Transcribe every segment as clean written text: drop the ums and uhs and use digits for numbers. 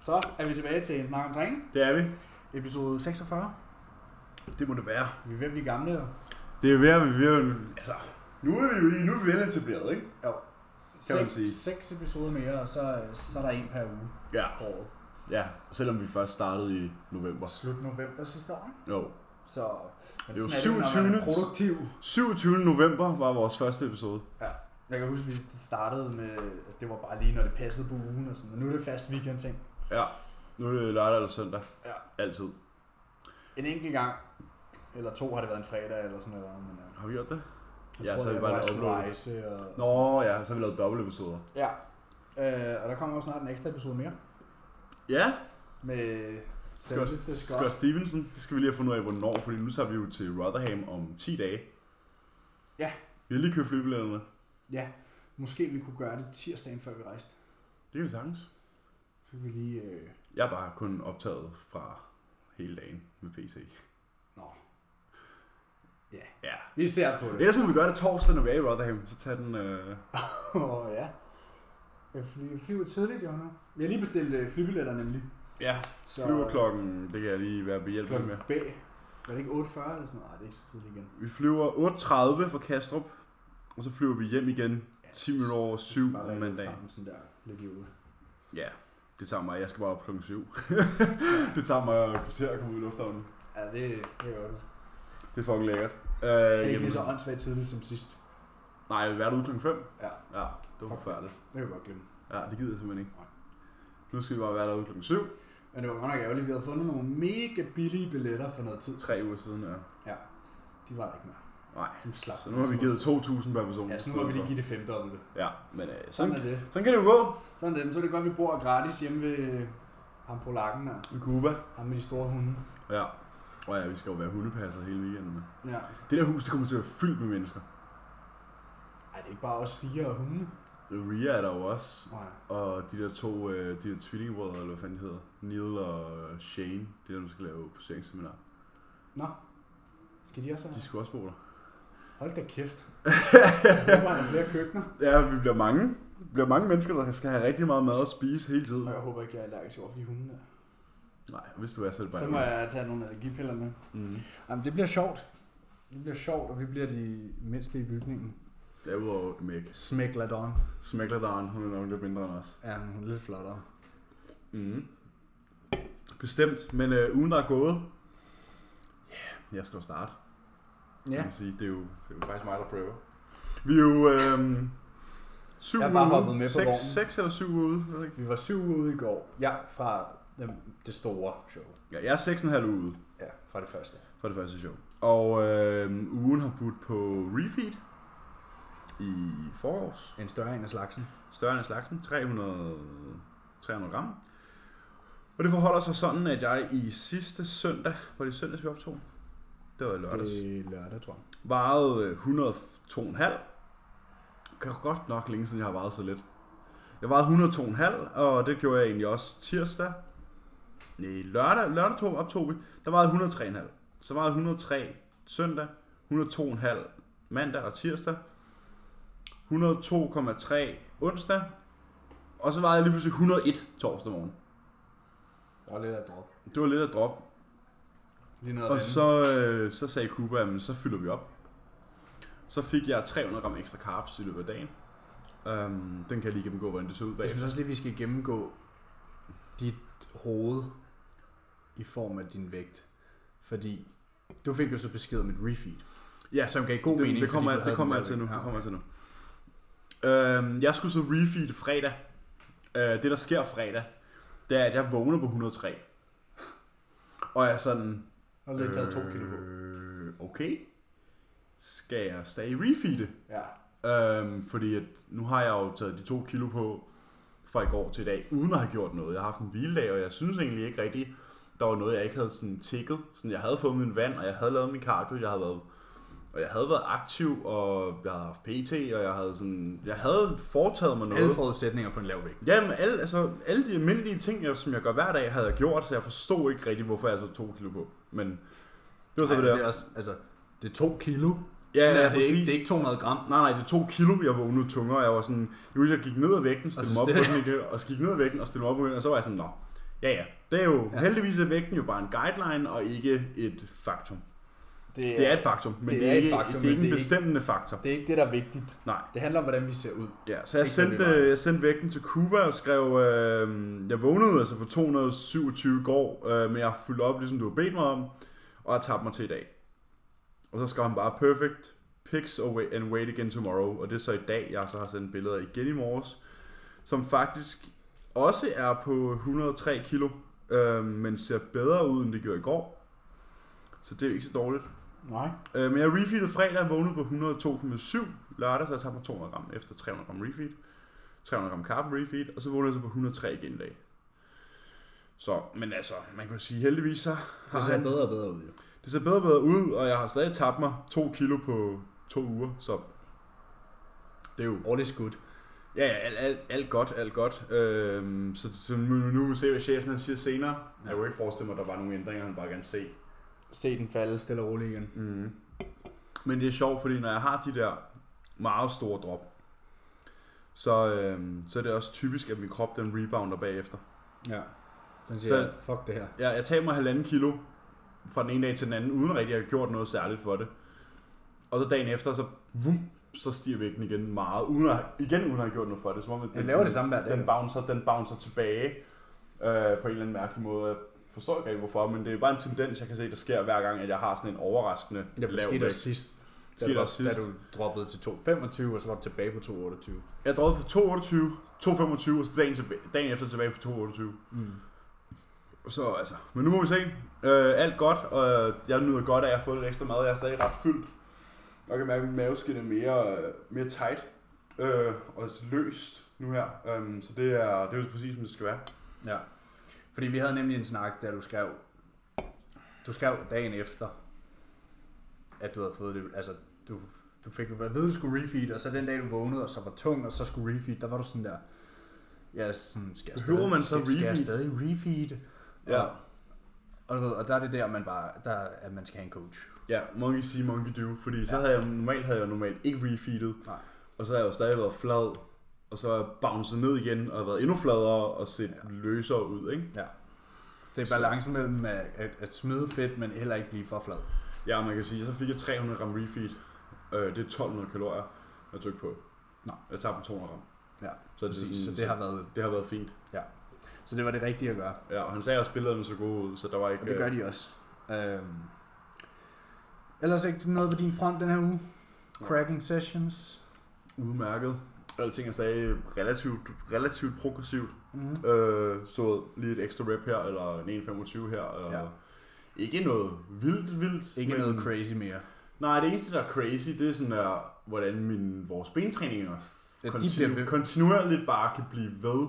Så er vi tilbage til en snak om træning. Det er vi. Episode 46. Det må det være. Vi er ved at blive gamle, jo. Det er ved at blive... Altså, nu er vi vel etableret, ikke? Jo. Kan man sige. 6 episoder mere, og så er der en per uge. Ja. Ja, selvom vi først startede i november. Slut november sidste år. Jo. Så det var 27. november var vores første episode. Ja. Jeg kan huske, at vi startede med, at det var bare lige, når det passede på ugen og sådan. Og nu er det fast weekend-ting. Ja. Nu er det lørdag eller søndag. Ja. Altid. En enkelt gang, eller 2 har det været en fredag eller sådan noget. Men, har vi gjort det? Jeg tror, så det var var det rejse og... Nå ja, så har vi lavet dobbelt-episoder. Ja. Og der kommer også snart en ekstra episode mere. Ja. Med Scott Stevenson. Det skal vi lige have fundet ud af, hvornår, fordi nu tager vi jo til Rotherham om 10 dage. Ja. Vi har lige købt flybilletterne. Ja. Måske vi kunne gøre det tirsdagen, før vi rejste. Det kan vi sagtens. Så kan vi lige... Jeg er bare kun optaget fra hele dagen med PC. Nå. Ja. Ja. Vi ser på det. Ellers må vi gøre det torsdag, når vi er i Rotherham. Så tager den... Ja. Jeg flyver tidligt, jo nu. Vi har lige bestilt flybilletter, nemlig. Ja, så flyver klokken, det kan jeg lige være behjælpelig med. B. Var det ikke 8.40 eller sådan noget? Nej, det er ikke så tidligt igen. Vi flyver 8.30 fra Kastrup, og så flyver vi hjem igen 10 minutter over 7 om mandag. Sådan der, lidt i uge. Ja, det tager mig, jeg skal bare op klokken 7. Det tager mig et kvarter at komme ud i lufthavnen. Ja, det er godt. Det er fucking lækkert. Det er ikke lige så åndssvagt tidligt som sidst. Nej, jeg vil være ude klokken 5. Ja. Ja, det var forfærdeligt. Det kan jeg godt glemme. Ja, det gider jeg simpelthen ikke. Nu skal vi bare være derude klokken 7. Men det var godt nok ærgerligt. Vi havde fundet nogle mega billige billetter for noget tid. 3 uger siden, ja. Ja, de var der ikke mere. Nej, så nu har vi givet 2.000 per person. Ja, så nu har vi lige givet det 5 dobbelte. Ja, men sådan er det. Sådan kan det jo gå. Sådan er det. Så er det godt, at vi bor gratis hjemme ved ham på lakken der. I Cuba. Ham med de store hunde. Ja. Og ja, vi skal jo være hundepasser hele weekenden. Ja. Det der hus, det kommer til at være fyldt med mennesker. Ej, det er ikke bare os 4 og hunde. Ria er der jo også. Nej. Og de der to, de der tvillingebrødre, eller hvad fanden de hedder. Neil og Shane. Det der, du skal lave poseringsseminar. Nå. Skal de også være? De skal også bo der. Hold da kæft. Jeg håber, der er flere køkkener. Ja, vi bliver mange. Vi bliver mange mennesker, der skal have rigtig meget mad at spise hele tiden. Og jeg håber ikke, jeg er allergisk over for de hunde der. Nej, hvis du er selv bare... Så må jeg tage nogle allergipiller med. Mm. Jamen, det bliver sjovt. Det bliver sjovt, og vi bliver de mindste i bygningen. Derudover Meg. Smegladon. Smegladon, hun er nok lidt mindre end os. Ja, hun er lidt flottere. Mm. Bestemt, men ugen der er gået... Ja, jeg skal jo starte. Ja. Kan man sige. Det er jo faktisk mig, der prøver. Vi er jo 7 jeg har bare hoppet med på vognen. 6 eller 7 ude. Vi var 7 ude i går. Ja, fra det store show. Ja, jeg er 6,5 ude. Ja, fra det første. Fra det første show. Og ugen har budt på refeed i forårs. En større en af slagsen. Større end af slagsen. 300 gram. Og det forholder sig sådan, at jeg i sidste søndag, var det søndags vi optog? Det var i lørdags. Det er lørdag, tror jeg. Vejede 102,5. Kan godt nok længe siden jeg har vejet så lidt. Jeg vejede 102,5, og det gjorde jeg egentlig også tirsdag. Nej, lørdag optog vi. Der vejede 103,5. Så vejede 103 søndag, 102,5 mandag og tirsdag, 102,3 onsdag, og så vejede jeg lige pludselig 101 torsdag morgen. Det var lidt af drop. Det var lidt af drop. Og så sagde Cuba, jamen så fylder vi op. Så fik jeg 300 gram ekstra carbs i løbet af dagen. Den kan jeg lige gennemgå, hvordan det så ud bag. Jeg synes også lige, vi skal gennemgå dit hoved i form af din vægt. Fordi du fik jo så besked om et refeed. Ja, som gav god mening. Det kommer jeg til nu. Jeg skulle så refeed fredag. Det der sker fredag, det er, at jeg vågner på 103. Og jeg er sådan... Og lidt taget 2 kilo på. Okay. Skal jeg stadig refeede? Ja. Fordi at nu har jeg jo taget de 2 kilo på fra i går til i dag, uden at have gjort noget. Jeg har haft en hviledag, og jeg synes egentlig ikke rigtigt, der var noget, jeg ikke havde sådan tækket. Sådan, jeg havde fået min vand, og jeg havde lavet min cardio, jeg havde været aktiv, og jeg havde haft PT, og jeg havde foretaget mig noget. Alle forudsætninger på en lav vægt. Jamen, alle de almindelige ting, som jeg gør hver dag, havde jeg gjort, så jeg forstod ikke rigtigt, hvorfor jeg så 2 kilo på. Men det var så det der. Det er også, altså, det er 2 kilo. Ja, det er ikke 200 gram. Nej, det er 2 kilo, jeg vågnede tungere, og jeg var sådan, jeg gik ned ad vægten, stillede mig op på den igen, og så gik ned ad vægten og stillede mig op på den, og så var jeg sådan, nå, Ja. Det er jo, heldigvis er vægten jo bare en guideline, og ikke et faktum. Det er et faktum, men det er ikke en bestemmende faktor. Det er ikke det, der er vigtigt. Nej. Det handler om, hvordan vi ser ud. Ja, så jeg sendte vægten til Cuba og skrev, jeg vågnede altså på 227 går, men jeg har fyldt op, ligesom du har bedt mig om, og jeg tabte mig til i dag. Og så skrev han bare, perfect, pics and wait again tomorrow, og det er så i dag, jeg så har sendt billeder igen i morges, som faktisk også er på 103 kilo, men ser bedre ud, end det gjorde i går. Så det er jo ikke så dårligt. Nej. Men jeg refeedede fredag og vågnede på 102,7 lørdag, så jeg tabte mig 200 gram efter 300 gram refeed. 300 gram carb refeed, og så vågnede jeg så på 103 igen i dag. Så, men altså, man kan sige heldigvis så... Det ser bedre og bedre ud, jo. Det ser bedre og bedre ud, og jeg har stadig tabt mig 2 kilo på 2 uger, så det er jo... All is good. Ja, alt godt. Så nu vil vi se, hvad chefen han siger senere. Ja. Jeg kunne ikke forestille mig, at der var nogle ændringer, han bare gerne Se den falde stille og roligt igen. Mm. Men det er sjovt, fordi når jeg har de der meget store drop, så er det også typisk, at min krop den rebounder bagefter. Ja, den siger, fuck det her. Ja, jeg tager mig 1,5 kilo fra den ene dag til den anden, uden rigtig at have gjort noget særligt for det. Og så dagen efter, så stiger vægten igen meget, uden at have gjort noget for det. Som om, den laver det samme hver dag. Den bouncer tilbage på en eller anden mærkelig måde. Jeg forstår ikke rigtig hvorfor, men det er bare en tendens, jeg kan se, der sker hver gang, at jeg har sådan en overraskende lav vægt. Sidst. Da du droppede til 2,25, og så var du tilbage på 2,28. Jeg droppede fra 2,25, og så dagen efter tilbage på 2,28. Mm. Så altså, men nu må vi se. Alt godt, og jeg nyder godt af, at jeg har fået lidt ekstra mad. Jeg er stadig ret fyldt. Jeg kan mærke, at min maveskin er mere tight og løst nu her. Så det er jo præcis, som det skal være. Ja, fordi vi havde nemlig en snak, da du skrev dagen efter, at du havde fået det, altså du fik at vide, du skulle refeed, og så den dag du vågnede, og så var tung, og så skulle refeed, der var du sådan der, ja, sådan, skal jeg stadig refeed? Ja. Og der er det der, at man skal have en coach. Ja, monkey see, monkey do, fordi så havde jeg normalt ikke refeedet, og så har jeg jo stadig været flad, og så er jeg bounced ned igen, og har været endnu fladere, og set løsere ud, ikke? Ja. Det er balancen mellem at smide fedt, men heller ikke blive for flad. Ja, man kan sige, så fik jeg 300 gram refeed. Det er 1200 kalorier, jeg tog på. Jeg tabte 200 gram. Ja, så det har været fint. Ja. Så det var det rigtige at gøre. Ja, og han sagde også, at billederne så gode ud, så der var ikke... Og det gør de også. Ellers ikke noget på din front den her uge? Cracking sessions? Udmærket. Alting er stadig relativt progressivt. Mm-hmm. Så lige et ekstra rep her, eller en 1,25 her. Ja. Ikke noget vildt. Ikke noget crazy mere. Nej, det eneste, der er crazy, det er sådan der, hvordan vores bentræninger kontinuerligt bare kan blive ved.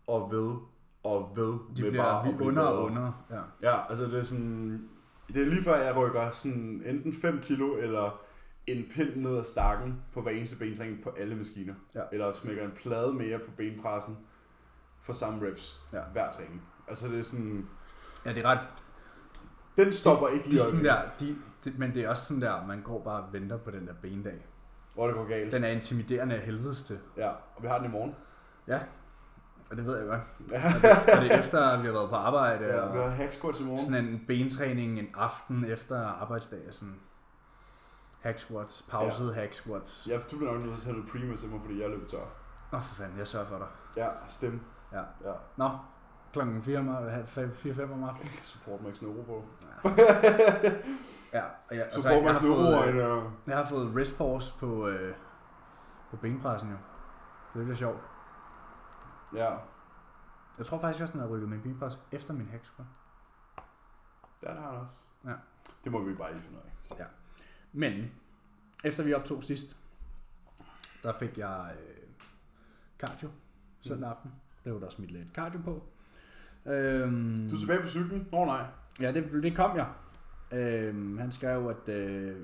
De bliver under og under. Ja, altså det er sådan... Det er lige før, jeg rykker sådan enten 5 kilo eller en pind ned ad stakken på hver eneste bentræning på alle maskiner. Ja. Eller smækker en plade mere på benpressen for samme reps hver træning. Altså det er sådan... Ja, det er ret... Den stopper ikke lige op. Men det er også sådan der, man går bare og venter på den der bendag. Hvor det går galt. Den er intimiderende af helvedes til. Ja, og vi har den i morgen. Ja, og det ved jeg godt. Og det er efter, vi har været på arbejde. Ja, vi har hack squats i morgen. Sådan en bentræning en aften efter arbejdsdag. Sådan hack squats, pausede hack squats. Ja, du bliver nok nødt til at have noget prima til mig, fordi jeg løber tør. For fanden, jeg sørger for dig. Ja, stemme. Ja. Nå, klokken 4-5 om aftenen. Support Max Neuro på. Ja, og jeg har fået wrist pause på benpressen jo. Det er lidt sjovt. Ja. Jeg tror faktisk også, at jeg har rykket min benpres efter min hack squat. Ja, det har jeg også. Ja. Det må vi bare lige finde ud af. Ja. Men, efter vi optog sidst, der fik jeg cardio søndag aften. Det var der smidt lidt cardio på. Du er tilbage på cyklen? Nej. Ja, det kom jeg. Han skrev, at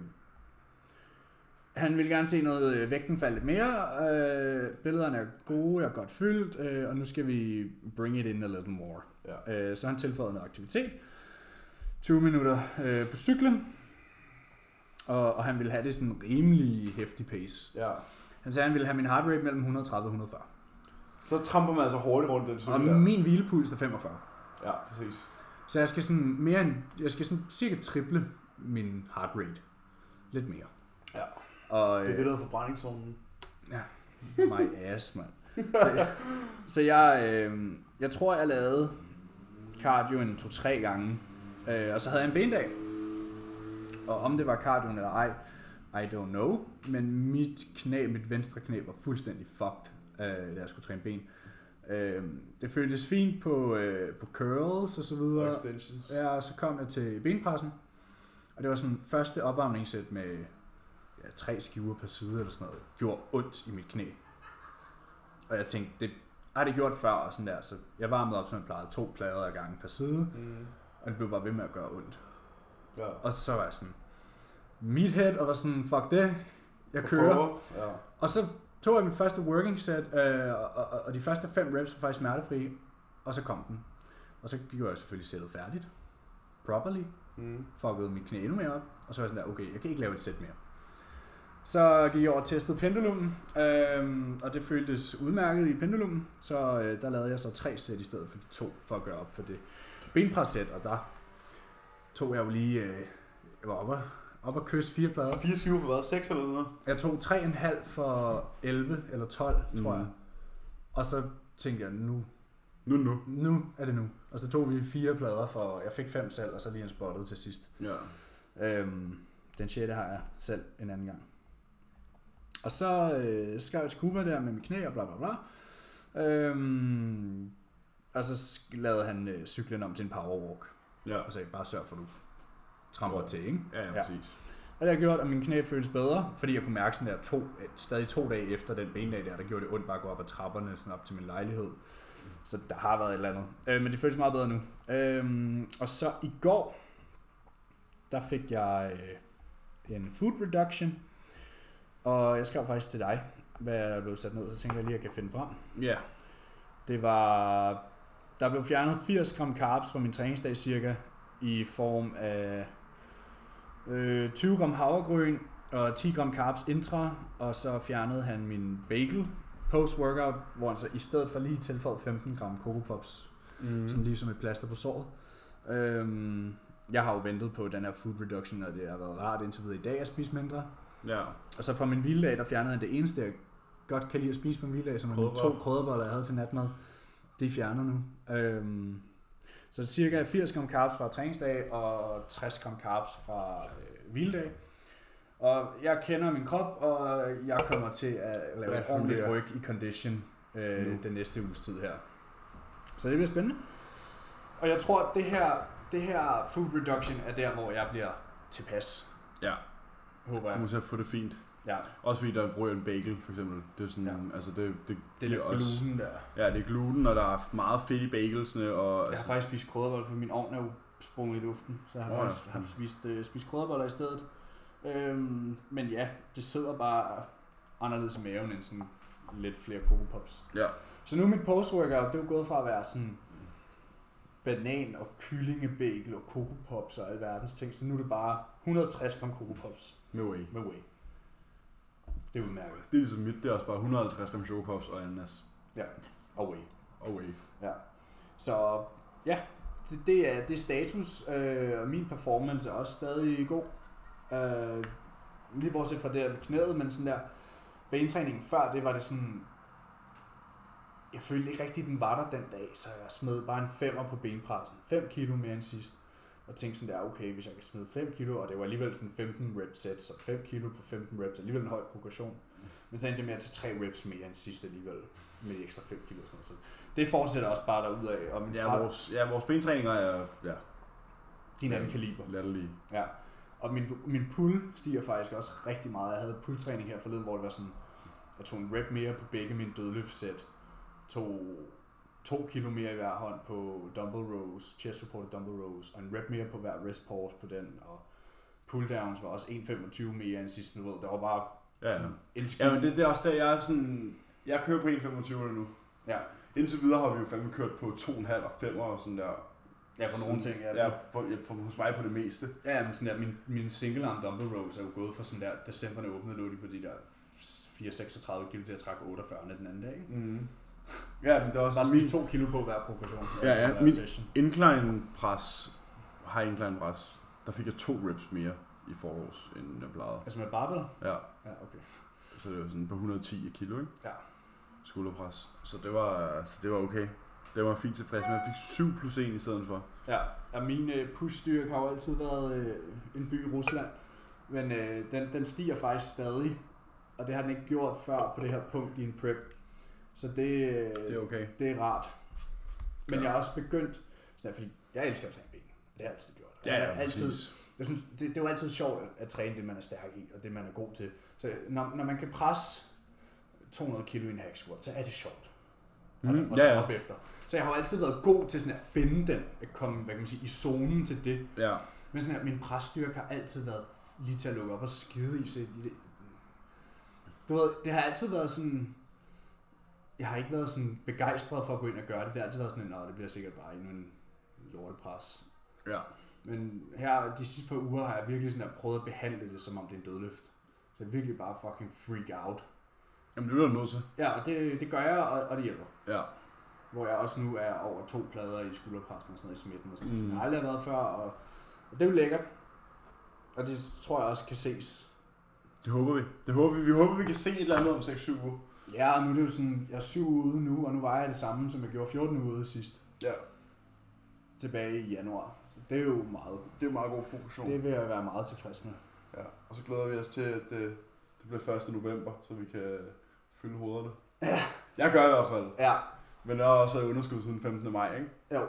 han ville gerne se noget vægten falde lidt mere. Billederne er gode, jeg er godt fyldt, og nu skal vi bring it in a little more. Ja. Så han tilføjede noget aktivitet. 20 minutter på cyklen. Og han ville have det sådan rimelig heftig pace. Ja. Han sagde, at han ville have min heart rate mellem 130 og 140. Så tramper man altså hurtigt rundt den cykel. Og min hvilepuls er 45. Ja, præcis. Så jeg skal sådan cirka triple min heart rate. Lidt mere. Ja. Og, det er det, der hedder forbrændingszonen. Ja, my ass, mand. Så jeg tror, jeg lavede cardio en 2-3 gange. Og så havde jeg en bendag. Og om det var cardio eller ej, I don't know. Men mit venstre knæ var fuldstændig fucked, da jeg skulle træne ben. Det føltes fint på curls og så videre. Extensions. Ja, og så kom jeg til benpressen. Og det var sådan første opvarmningssæt med 3 skiver per side eller sådan noget. Gjorde ondt i mit knæ. Og jeg tænkte, det har det gjort før og sådan der. Så jeg varmede op, som jeg plejede, 2 plader ad gangen per side. Og det blev bare ved med at gøre ondt. Ja. Og så var jeg sådan, meathead, og var sådan, fuck det, jeg kører. Ja. Og så tog jeg mit første working set, og de første 5 reps var faktisk smertefrie, og så kom den. Og så gjorde jeg selvfølgelig sættet færdigt, properly, fuckede mit knæ endnu mere op, og så var jeg sådan der, okay, jeg kan ikke lave et sæt mere. Så gik jeg over og testede pendulumen, og det føltes udmærket i pendulumen, så der lavede jeg så 3 sæt i stedet for de 2, for at gøre op for det benpressæt, og der tog jeg jo lige, jeg var op og kysse 4 plader. 4 skiver for hvad? 6 eller noget? Jeg tog 3,5 for 11 eller 12, tror jeg. Og så tænkte jeg, nu er det nu. Og så tog vi 4 plader for, jeg fik 5 selv, og så lige en spottet til sidst. Ja. Den 6. har jeg selv en anden gang. Og så skrev jeg til Kuba der med mit knæ og bla bla bla. Og så lavede han cyklen om til en powerwalk. Ja. Og sagde, bare sørg for, du tramper til, ikke? Ja, præcis. Og det har gjort, at min knæ føles bedre, fordi jeg kunne mærke sådan der stadig 2 dage efter den bendag der gjorde det ondt bare at gå op ad trapperne sådan op til min lejlighed. Så der har været et eller andet. Men det føles meget bedre nu. Og så i går, der fik jeg en food reduction, og jeg skrev faktisk til dig, hvad jeg blev sat ned, så tænkte jeg lige, at jeg kan finde frem. Ja. Det var, der blev fjernet 80 gram carbs fra min træningsdag cirka, i form af 20 gram havregryn og 10 gram carbs intra, og så fjernede han min bagel post-workout, hvor han så i stedet for lige tilføjet 15 gram Coco Pops, som lige som et plaster på såret. Jeg har jo ventet på den her food reduction, og det har været rart indtil videre i dag at spise mindre. Ja. Og så fra min hviledag, der fjernede han det eneste, jeg godt kan lide at spise på en hviledag, som er de 2 krydderboller, jeg havde til natmad. Det er fjernet nu. Så cirka 80 gram carbs fra træningsdag og 60 gram carbs fra hviledag. Og jeg kender min krop, og jeg kommer til at lave et ordentligt ryg i condition den næste uges tid her. Så det bliver spændende. Og jeg tror, at det her food reduction er der, hvor jeg bliver tilpas. Ja. Håber jeg. Du må så få det fint. Ja. Også fordi der bruger en bagel, for eksempel. Det er sådan, altså det er også gluten der. Ja, det er gluten, og der er meget fedt i bagelsene. Og, jeg har faktisk spist krydderboller, for min ovn er jo sprunget i luften. Så jeg har faktisk spist krydderboller i stedet. Men ja, det sidder bare anderledes i maven end sådan lidt flere Coco Pops. Ja. Så nu er mit post-workout, det er jo gået fra at være sådan banan og kyllingebagel og Coco Pops og alverdens ting, så nu er det bare 160 gram Coco Pops. Med whey. Det er udmærket. Det er ligesom mit, det er også bare 150 gram Coco Pops og ananas. Ja, og whey. Ja. Så ja, det er status, og min performance er også stadig god. Lige bortset fra det med knæet, men sådan der bentræningen før, det var det sådan, jeg følte ikke rigtigt, den var der den dag, så jeg smed bare en 5'er på benpressen. 5 kilo mere end sidst. Og tænkte sådan der, okay, hvis jeg kan smide 5 kilo, og det var alligevel sådan 15 reps sæt, så 5 kilo på 15 reps, alligevel en høj progression. Men så endte det med at tage 3 reps mere end sidst alligevel, med de ekstra 5 kilo og sådan noget. Så det fortsætter også bare derudad. Og vores bentræninger er, din anden kaliber. Latterlige. Ja. Og min pull stiger faktisk også rigtig meget. Jeg havde pulltræning her forleden, hvor det var sådan, jeg tog en rep mere på begge mine dødløftsæt, tog 2 kilo mere i hver hånd på dumbbell rows, chest supported dumbbell rows, og en rep mere på hver wrist pause på den, og pulldowns var også 1,25 mere end sidste niveau. Det var bare men det er også der, jeg er sådan, jeg kører på 1,25 nu. Ja. Indtil videre har vi jo fandme kørt på 2,5 og 5 og sådan der. Ja, på nogle ting. Ja, hos mig på det meste. Ja, men sådan der, min single arm dumbbell rows er jo gået fra sådan der, decemberne åbnede lå de på de der 436 kilo til at trække 48 den anden dag. Ja, men det er også bare min 2 kilo på hver progression. Ja, min incline pres, high incline pres, der fik jeg 2 reps mere i forårs, end jeg plejede. Altså med barbell? Ja. Ja, okay. Så det var sådan på 110 kilo, ikke? Ja. Skulderpres. Så det var okay. Det var fint tilfreds med. Jeg fik 7 plus 1 i stedet for. Ja, og min push-styrke har jo altid været en by i Rusland. Men den stiger faktisk stadig. Og det har den ikke gjort før på det her punkt i en prep. Så det er okay. Det er rart. Men jeg har også begyndt, sådan, fordi jeg elsker at træne ben. Det har jeg altid gjort. Ja, altid. Jeg synes, det er jo altid sjovt at træne det, man er stærk i, og det, man er god til. Så når man kan presse 200 kilo i en hack squat, så er det sjovt. Op efter. Så jeg har altid været god til sådan at finde den, at komme, hvad kan man sige, i zonen til det. Ja. Men sådan her, min presstyrke har altid været lige til at lukke op og skide i sig. Du ved, det har altid været sådan, jeg har ikke været sådan begejstret for at gå ind og gøre det. Det har altid været sådan, det bliver sikkert bare endnu en lortepres. Ja. Men her de sidste par uger har jeg virkelig sådan prøvet at behandle det, som om det er en dødløft. Så det er virkelig bare fucking freak out. Jamen det er du nødt til. Ja, og det gør jeg, og det hjælper. Ja. Hvor jeg også nu er over 2 plader i skulderpressen og sådan noget i smitten og sådan noget, som jeg aldrig har været før. Og det er jo lækkert. Og det tror jeg også kan ses. Det håber vi. Vi håber, vi kan se et eller andet om 6-7 uger. Ja, og nu er det jo sådan, jeg er 7 uger ude nu, og nu vejer jeg det samme, som jeg gjorde 14 uger ude sidst. Ja. Tilbage i januar. Så det er jo meget. Det er jo meget god progression. Det vil jeg være meget tilfreds med. Ja, og så glæder vi os til, at det bliver 1. november, så vi kan fylde hovederne. Ja. Jeg gør i hvert fald. Ja. Men der har også været underskud siden 15. maj, ikke? Jo.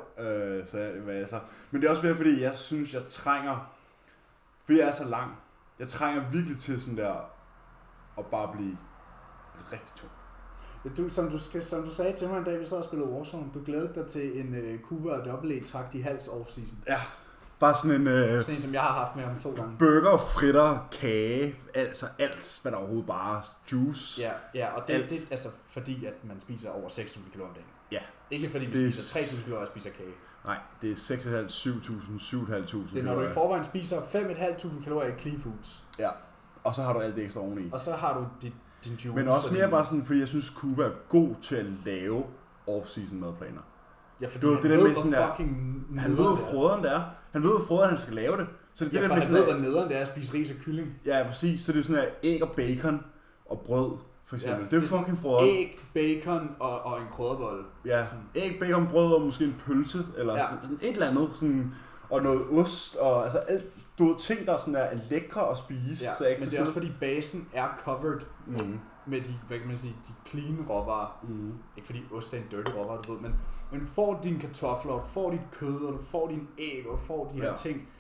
Men det er også mere, fordi jeg synes, jeg trænger, fordi jeg er så lang, jeg trænger virkelig til sådan der, at bare blive rigtig tung. Ja, som du sagde til mig en dag, vi sad og spillede Warzone, du glædede dig til en Cooper og dobbelt-E-trakt i hals off-season. Ja, bare sådan en... sådan en, som jeg har haft med ham 2 gange. Burger, fritter, kage, altså alt, hvad der overhovedet bare juice. Ja, og det altså fordi, at man spiser over 6.000 kalorier om dagen. Ja. Ikke fordi vi spiser 3.000 kalorier og spiser kage. Nej, det er 6.500, 7.000, 7.500. Det er, når du i forvejen spiser 5.500 kalorier i clean foods. Ja, og så har du alt det ekstra oveni. Og så har du din juice. Men også mere bare sådan, fordi jeg synes, Cuba er god til at lave off-season madplaner. Ja, fordi han ved, hvor fucking han ved, hvor froderen det er. Han ved, hvor froderen han skal lave det. Så det ja, for han ved, hvor nederen det er at spise ris og kylling. Ja, præcis. Så det er sådan her æg og bacon og brød, for eksempel. Ja, det er fucking froderen. Æg, bacon og en krydderbolle. Ja, æg, bacon, brød og måske en pølse, eller sådan et eller andet. Sådan, og noget ost, og altså alt, du ved, ting, der sådan er lækre at spise. Ja, så men det er også fordi basen er covered med de, hvad kan man sige, de clean råvarer. Ikke fordi ost er en dirty råvarer, du ved, men får dine kartofler, og du får dit kød, og du får dine æg, og du får de her ting.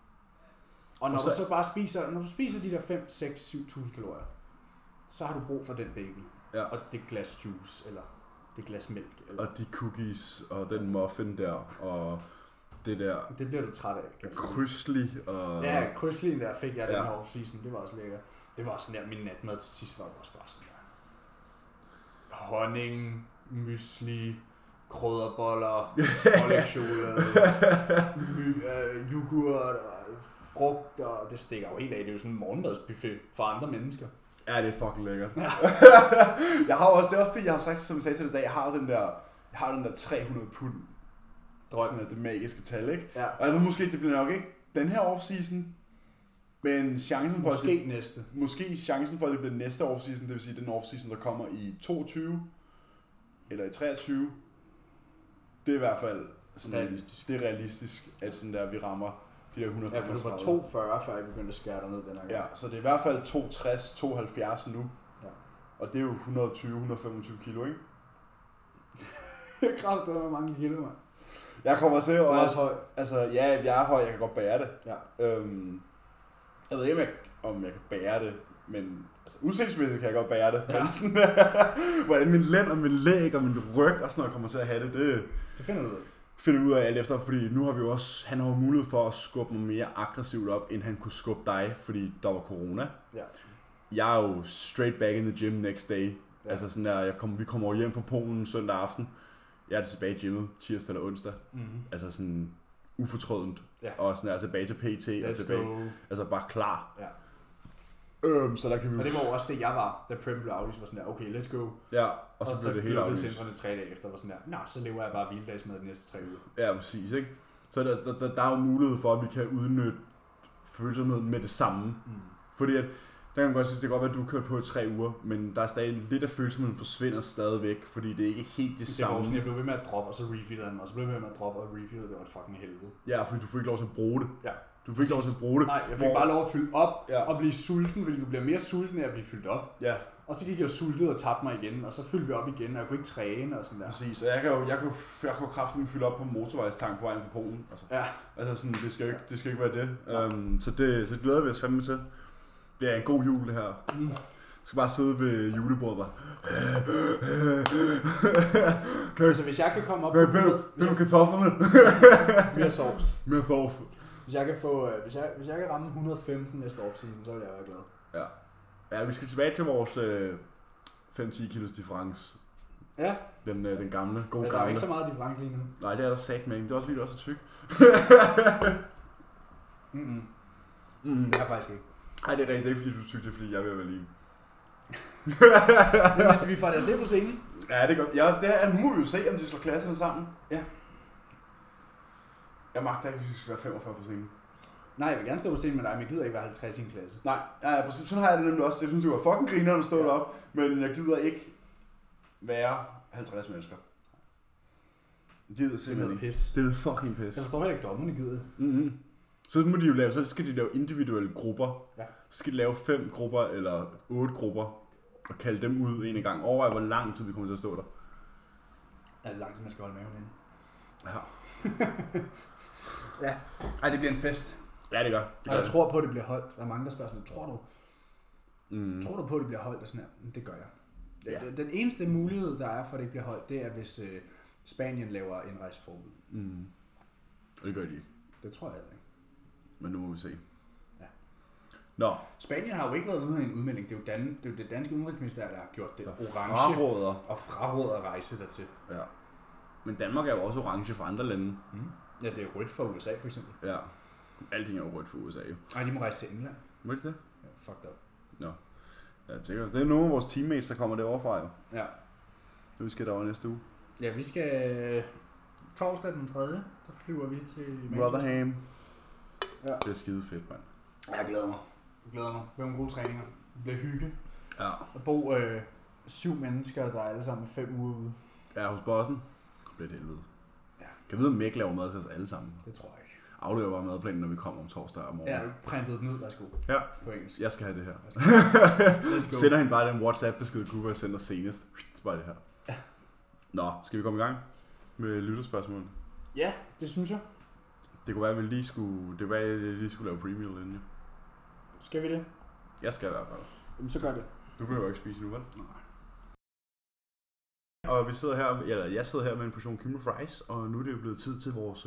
Og når du så bare spiser, når du spiser de der 5, 6, 7.000 kalorier, så har du brug for den bagel, og det glas juice, eller det glas mælk. Eller... Og de cookies, og den muffin der, og det der... Det bliver du træt af. Krysli og... Ja, krysli der fik jeg den her off-season, det var også lækker. Det var også sådan der, min natmad til sidst var også bare sådan der. Honning, mysli, krydderboller, pålægtschokolade, yoghurt og frugt, og det stikker jo helt af. Det er jo sådan en morgenmadsbuffet for andre mennesker. Ja, det er fucking lækkert. Jeg har også, det er også fordi, jeg har sagt, som jeg sagde til dig i dag, jeg har den der 300 pund. Sådan det magiske tal, ikke? Ja. Og jeg ved måske, det bliver nok ikke den her off-season, men chancen for, chancen for, at det bliver næste off-season, det vil sige den off-season, der kommer i 22 eller i 23, det er i hvert fald sådan, realistisk. Det er realistisk, at sådan der, vi rammer de der 135. Ja, for du var 240, før jeg begyndte at skære dig ned den her gang. Ja, så det er i hvert fald 260, 72 nu. Ja. Og det er jo 120-125 kilo, ikke? Jeg kræfter med mange kilo, mand. Jeg kommer til at... Du er også høj. Altså, ja, jeg er høj, jeg kan godt bære det. Ja. Jeg ved ikke, om jeg kan bære det, men altså, udsigtsmæssigt kan jeg godt bære det. Ja. Sådan, hvordan min lænd og min læg og min ryg og sådan noget kommer til at have det, det finder du ud af. Finder ud af alt efter, fordi nu har vi jo også, han har jo mulighed for at skubbe mig mere aggressivt op, end han kunne skubbe dig, fordi der var corona. Ja. Jeg er jo straight back in the gym next day. Ja. Altså sådan der, vi kommer over hjem fra Polen søndag aften. Jeg er tilbage i gymmet tirsdag eller onsdag. Altså sådan ufortrødent. Ja. Og sådan der tilbage til PT. Og tilbage, altså bare klar. Ja. Så der kan vi... Og det var også det, jeg var, da Prem blev aflyst, var sådan der, okay, let's go. Ja, og så blev det helt aflyst. Centrene 3 dage efter, var sådan der, så lever jeg bare hviledagsmad de næste 3 uger. Ja, præcis, ikke? Så der er jo mulighed for, at vi kan udnytte følsomheden med det samme. Fordi at, der kan man godt sige, det kan godt være, at du kører på i 3 uger, men der er stadig lidt af følsomheden forsvinder stadigvæk, fordi det er ikke helt det samme. Det var sådan, jeg blev ved med at droppe, og så refillede den, og så blev jeg ved med at droppe og refillede, det var et fucking helvede. Ja, fordi du fik ikke lov til at bruge det. Ja. Du fik ikke lov til at bruge det. Nej, jeg fik bare lov at fylde op og blive sulten, fordi du bliver mere sulten af at blive fyldt op. Ja. Og så gik jeg sultet og tabte mig igen, og så fyldte vi op igen, og jeg kunne ikke træne og sådan der. Præcis, og jeg kan jo kraftigt fylde op på motorvejstank på vejen fra Polen. Altså. Ja. Altså sådan, det skal ikke være det. Så det glæder vi os fandme til. Det er en god jul, det her. Jeg skal bare sidde ved julebordet bare. Så hvis jeg kan komme op på med kartoflerne. Mere sovs. Mere sovs. Hvis jeg kan ramme 115 næste år til, så vil jeg være glad. Ja. Ja, vi skal tilbage til vores 5-10 kilos difference. Ja. Den gamle, gode gamle. Der er ikke så meget difference lige nu. Nej, det er der sat med. Det er også fordi, du også er tyk. Det er faktisk ikke. Nej, det er rigtigt. Det er ikke fordi, du er tyk. Det er fordi, jeg vil være lige. Men vi får det at se på scenen. Ja, det er godt. Ja, det er, nu må vi jo se, om de slår klasserne sammen. Ja. Jeg magter ikke, hvis vi skal være 45 på scenen. Nej, jeg vil gerne stå på scenen med dig, men jeg gider ikke være 50 i en klasse. Nej, ja, præcis. Sådan har jeg det nemlig også. Jeg synes, det var fucking griner, at stå deroppe. Men jeg gider ikke være 50 mennesker. Jeg gider simpelthen ikke. Pis. Det er fucking pis. Jeg forstår heller ikke, dommerne gider. Så må de jo lave, så skal de lave individuelle grupper. Ja. Så skal de lave 5 grupper eller 8 grupper. Og kalde dem ud en gang. Overvej, hvor lang tid vi kommer til at stå der. Er det lang tid, man skal holde maven inde? Ja. Ja. Ej, det bliver en fest. Ja, det gør. Og jeg tror på, at det bliver holdt. Der er mange, der spørger sådan, tror du på, at det bliver holdt? Og sådan her. Det gør jeg. Ja. Den eneste mulighed, der er for, at det ikke bliver holdt, det er, hvis Spanien laver indrejseforbud. Og det gør de ikke. Det tror jeg ikke. Men nu må vi se. Ja. Nå. Spanien har jo ikke været ude af en udmelding. Det er jo det danske udenrigsministerium, der har gjort det orange. Fraråder at rejse dertil. Ja. Men Danmark er jo også orange for andre lande. Ja, det er rødt for USA for eksempel. Ja. Alting er jo rødt for USA jo. Nej, de må rejse til England. Må de det? Ja, fucked up. Nå. Ja, sikkert. Det er nogle af vores teammates, der kommer derovre fra jo. Ja. Så vi skal derovre næste uge. Ja, vi skal torsdag den 3. Der flyver vi til Rotherham. Ja. Det er skide fedt, mand. Jeg glæder mig. Det bliver nogle gode træninger. Det bliver hygge. Ja. At bo 7 mennesker, der er alle sammen 5 uger ude. Ja, hos bossen. Det bliver et helvede. Ja. Kan vi vide, om Mæk laver mad til os alle sammen? Det tror jeg ikke. Aflever bare madplanen, når vi kommer om torsdag og morgen. Ja, printet den ud, værsgo. Ja. På engelsk. Jeg skal have det her. Let's go. Sender hende bare den WhatsApp-besked, Google jeg sender senest. Det er bare det her. Ja. Nå, skal vi komme i gang med lytterspørgsmålene? Ja, det synes jeg. Det kunne være, at vi lige skulle lave premium inden jo. Skal vi det? Jeg skal i hvert fald. Jamen, så gør det. Du behøver ikke spise nu, vel? Nej. Og jeg sidder her med en portion Kimmy Fries, og nu er det jo blevet tid til vores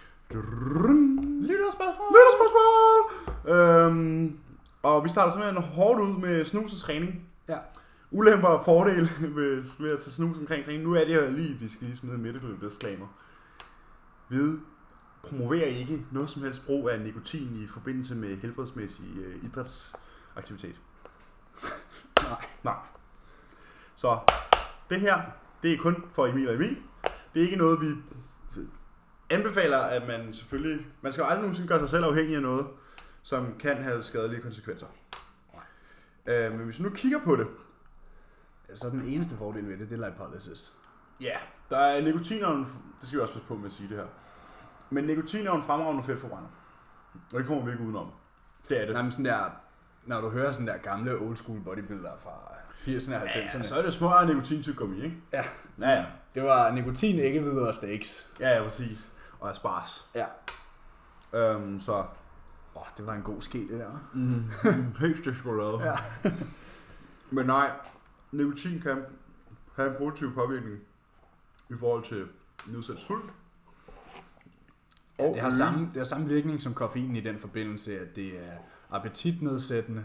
lytterspørgsmål. Og vi starter simpelthen hårdt ud med snus og træning. Ja. Ulemper og fordele ved at tage snus omkring træning. Nu er det jo vi skal lige smide en medical disclaimer. Vi promoverer ikke noget som helst brug af nikotin i forbindelse med helbredsmæssig idrætsaktivitet. Nej. Så det her, det er kun for Emil og Emil. Det er ikke noget, vi anbefaler, at man selvfølgelig... Man skal jo aldrig nogensinde gøre sig selv afhængig af noget, som kan have skadelige konsekvenser. Men hvis vi nu kigger på det... Så den eneste fordel ved det, det er lipolysis. Ja, der er nikotineren... Det skal vi også passe på med at sige det her. Men nikotin er en fremragende fedtforbrænder. Og det kommer vi ikke udenom. Det er det. Nej, men sådan der... Når du hører sådan der gamle old school bodybuilder fra 80'erne og 90'erne. Ja, så er det smør nikotintyggegummi, ikke? Ja. Ja. Det var nikotin, ikke videre steaks. Ja, præcis. Og asparges. Ja. Så... det var en god ske, det der. Helt desperat. Ja. Men nej, nikotin kan have en positiv påvirkning i forhold til nedsat sult. Ja, det har samme virkning som koffein i den forbindelse, at det er appetitnedsættende.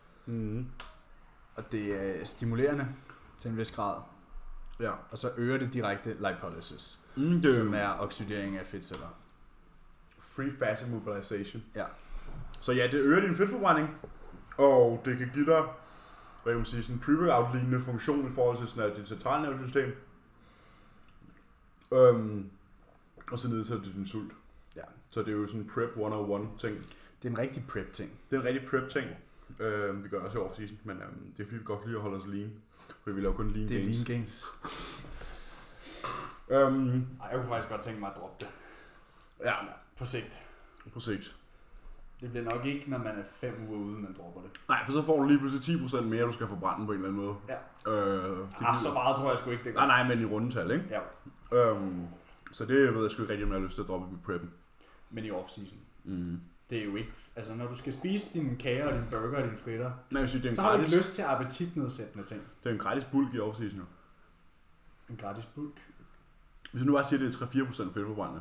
Og det er stimulerende til en vis grad. Ja. Og så øger det direkte lipolysis, som er oxidering af fedtceller. Free fat mobilization. Ja. Så ja, det øger din fedtforbrænding. Og det kan give dig, hvad kan man sige, sådan en pre-workout-lignende funktion i forhold til sådan dit centralnervesystem. Og så nedsætter det din sult. Ja. Så det er jo sådan en prep 101 ting. Det er en rigtig prep ting. Det er en rigtig prep ting. Vi gør det også i off-season, men det er fordi vi godt kan lide at holde os lean. For vi laver kun lean gains. Det er lean gains. Jeg kunne faktisk godt tænke mig at droppe det. Ja. På sigt. På sigt. Det bliver nok ikke, når man er 5 uger ude, man dropper det. Nej, for så får du lige pludselig 10% mere, du skal forbrænde på en eller anden måde. Ja. Så meget tror jeg sgu ikke, det gør. Nej, men i rundetal, ikke? Ja. Så det ved jeg sgu ikke rigtig, om jeg har lyst til at droppe med preppen. Men i off-season. Det er jo ikke... Altså, når du skal spise dine kager og dine burger og dine fritter, så har du ikke lyst til appetitnedsættende ting. Det er en gratis bulk i off-season, jo. En gratis bulk? Hvis du nu bare siger, at det er 3-4% fedtforbrændende,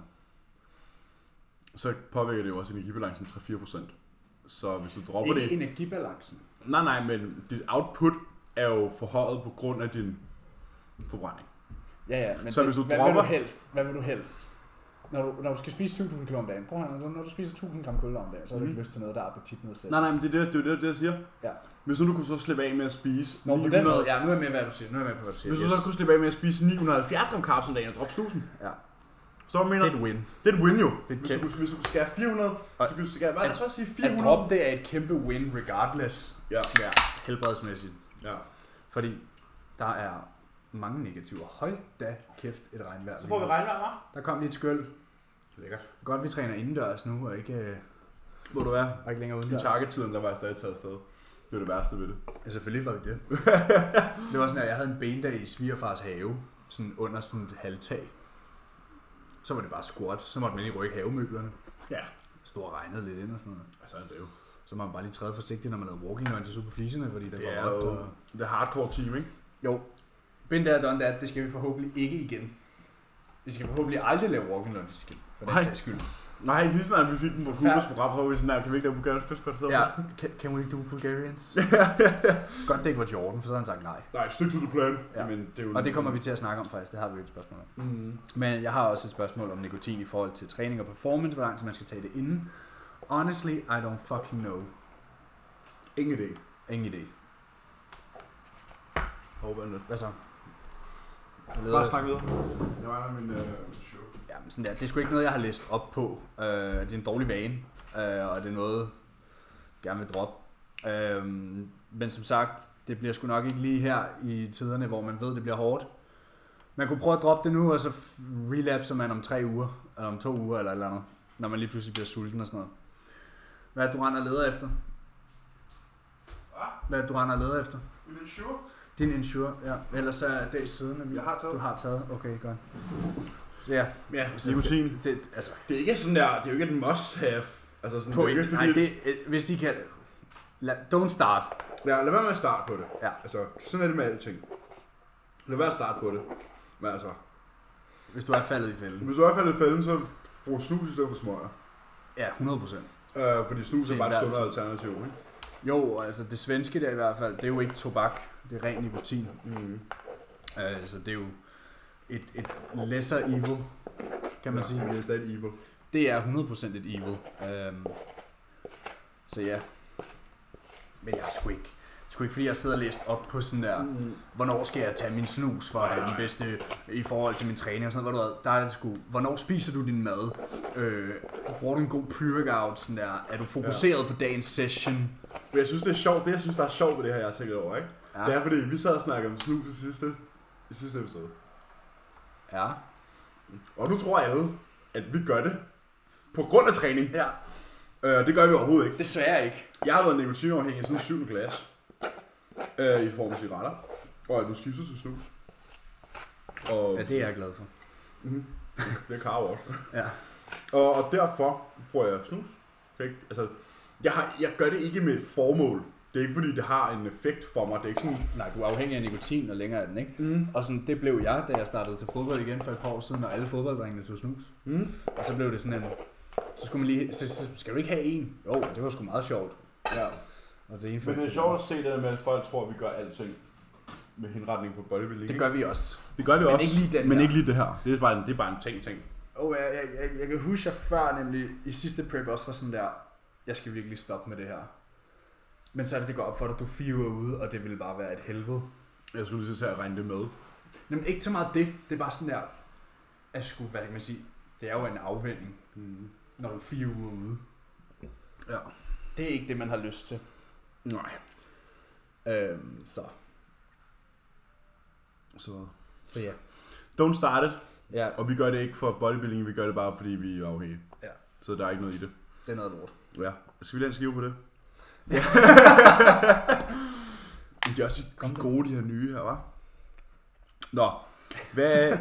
så påvirker det jo også energibalancen 3-4%. Så hvis du dropper det... Ikke energibalancen? Nej, men dit output er jo forhøjet på grund af din forbrænding. Ja, men så hvis du hvad dropper... Hvad vil du helst? Når du skal spise 7.000 kalorier om dagen, når du spiser 1.000 gram kulhydrater om dagen, så har du ikke lyst til noget, der er appetitnedsættende. Nej, men det er det, jeg siger. Ja. Hvis nu du kunne så slippe af med at spise... Nå, på den måde, ja, nu er jeg med, hvad du siger. Hvis du så kunne slippe af med at spise 970 gram carbs om dagen og droppe 1.000. Ja. Så mener det er et win. Det er et win jo. Hvis du skal have 400, så du skal have, hvad sige 400? At droppe det er et kæmpe win regardless. Ja. Helbredsmæssigt. Ja. Fordi der er mange negativer. Hold da kæft et regnvejr. Så får vi regnvejr, hva'? Der kom lige et skyld. Lækkert. Godt, vi træner indendørs nu, og ikke... Må du være? Og ikke længere udendørs. I target-tiden, der var jeg stadig taget afsted. Det var det værste ved det. Ja, selvfølgelig var vi det. Det var sådan, at jeg havde en bendag i svigerfars have, sådan under sådan et halvtag. Så var det bare squats, så måtte man lige rykke havemøblerne. Ja. Stod og regnede lidt ind og sådan noget. Altså, det er jo. Så må man bare lige træde forsigtigt, når man lavede walking lunges ude på fliserne, fordi der går op. Og... Det er hardcore team, ikke? Jo. Been there, done that, det skal vi forhåbentlig ikke igen. Vi skal forhåbentlig aldrig lave walking lunges igen, for den sags skyld. Nej, lige sådan, at vi fik den fra Kubas program, så var vi sådan her, kan vi ikke lave Bulgarians Fiskot? Ja, can we do Bulgarians? Godt det ikke var Jordan, for så har han sagt nej. Nej, stick to the plan. Ja. Men det er jo og det kommer vi til at snakke om faktisk, det har vi jo et spørgsmål om. Men jeg har også et spørgsmål om nikotin i forhold til træning og performance, hvor langt man skal tage det inden. Honestly, I don't fucking know. Ingen idé. Ingen idé. Håber det. Hvad så? Bare snak videre. Jeg var med min show. Jamen sådan der. Det er sgu ikke noget, jeg har læst op på. Det er en dårlig vane, og det er noget, jeg gerne vil droppe. Men som sagt, det bliver sgu nok ikke lige her i tiderne, hvor man ved, det bliver hårdt. Man kunne prøve at droppe det nu, og så relapser man om 3 uger, eller om 2 uger, eller et eller andet, når man lige pludselig bliver sulten og sådan noget. Hvad er det, du render og leder efter? Hvad er det, du render og leder efter? Min Ensure. Din Ensure, ja. Ellers er det siden, jeg har taget. Du har taget, okay, godt. Så ja. Ja, nikotin. Det er ikke sådan der, det er jo ikke et must have. Altså sådan, på ikke, nej, det, hvis de kan... Don't start. Ja, lad være med at starte på det. Ja. Altså, sådan er det med alting. Lad være at starte på det. Men altså... Hvis du er faldet i fælden. Hvis du er faldet i fælden, så brug snus i stedet for smøger. Ja, 100%. Fordi snus er bare et sundere alternativ, ikke? Jo, altså det svenske der i hvert fald, det er jo ikke tobak. Det er ren nikotin. Så det er jo et lesser evil, kan man sige. Det er stadig evil. Det er 100% et evil. Så ja. Men jeg er sgu ikke, fordi jeg sidder og læst op på sådan der, hvornår skal jeg tage min snus for at have den bedste i forhold til min træning og sådan noget. Der er det sgu, hvornår spiser du din mad? Bruger du en god pre-workout? Sådan der, er du fokuseret på dagens session? Men jeg synes, det er sjovt. Det, jeg synes, der er sjovt ved det her, jeg har tænkt over, ikke? Ja. Det er, fordi vi sad og snakkede om snus i sidste episode. Ja. Og nu tror alle, at vi gør det på grund af træning. Ja. Det gør vi overhovedet ikke. Desværre ikke. Jeg har været nikotinoafhængig siden 7. klasse. I form af cigaretter. Og er du skiftet til snus. Og, ja, det er jeg glad for. Det er Karo også. Ja. Og derfor bruger jeg snus. Altså, jeg gør det ikke med et formål. Det er ikke fordi, det har en effekt for mig. Det er ikke sådan... Nej, du er afhængig af nikotin, og længere er den, ikke? Og sådan, det blev jeg, da jeg startede til fodbold igen for et par år siden, og alle fodbolddrengene tog snus. Og så blev det sådan en... Så skulle man lige... Så skal du ikke have en? Jo, det var sgu meget sjovt. Ja. Og det men det er sjovt at se det med, at folk tror, at vi gør alting med henretning på bodybuilding. Det gør vi også. Det gør vi men også. Ikke lige den men her. ikke lige det her. Det er bare en ting. Jeg kan huske, at før nemlig i sidste prep også var sådan der, jeg skal virkelig stoppe med det her. Men så er det går op for dig, at du 4 uger ude, og det ville bare være et helvede. Jeg skulle lige så at regne det med. Men ikke så meget det. Det er bare sådan der, at skulle, hvad kan man sige, det er jo en afvending, når du er 4 uger ude. Ja. Det er ikke det, man har lyst til. Nej. Så ja. Don't start it. Ja. Og vi gør det ikke for bodybuilding, vi gør det bare fordi vi er afhængige. Ja. Så der er ikke noget i det. Det er noget lort. Ja. Skal vi lade en skive på det? Ja. De er også gode, de her nye her, hva'? Nå. Hvad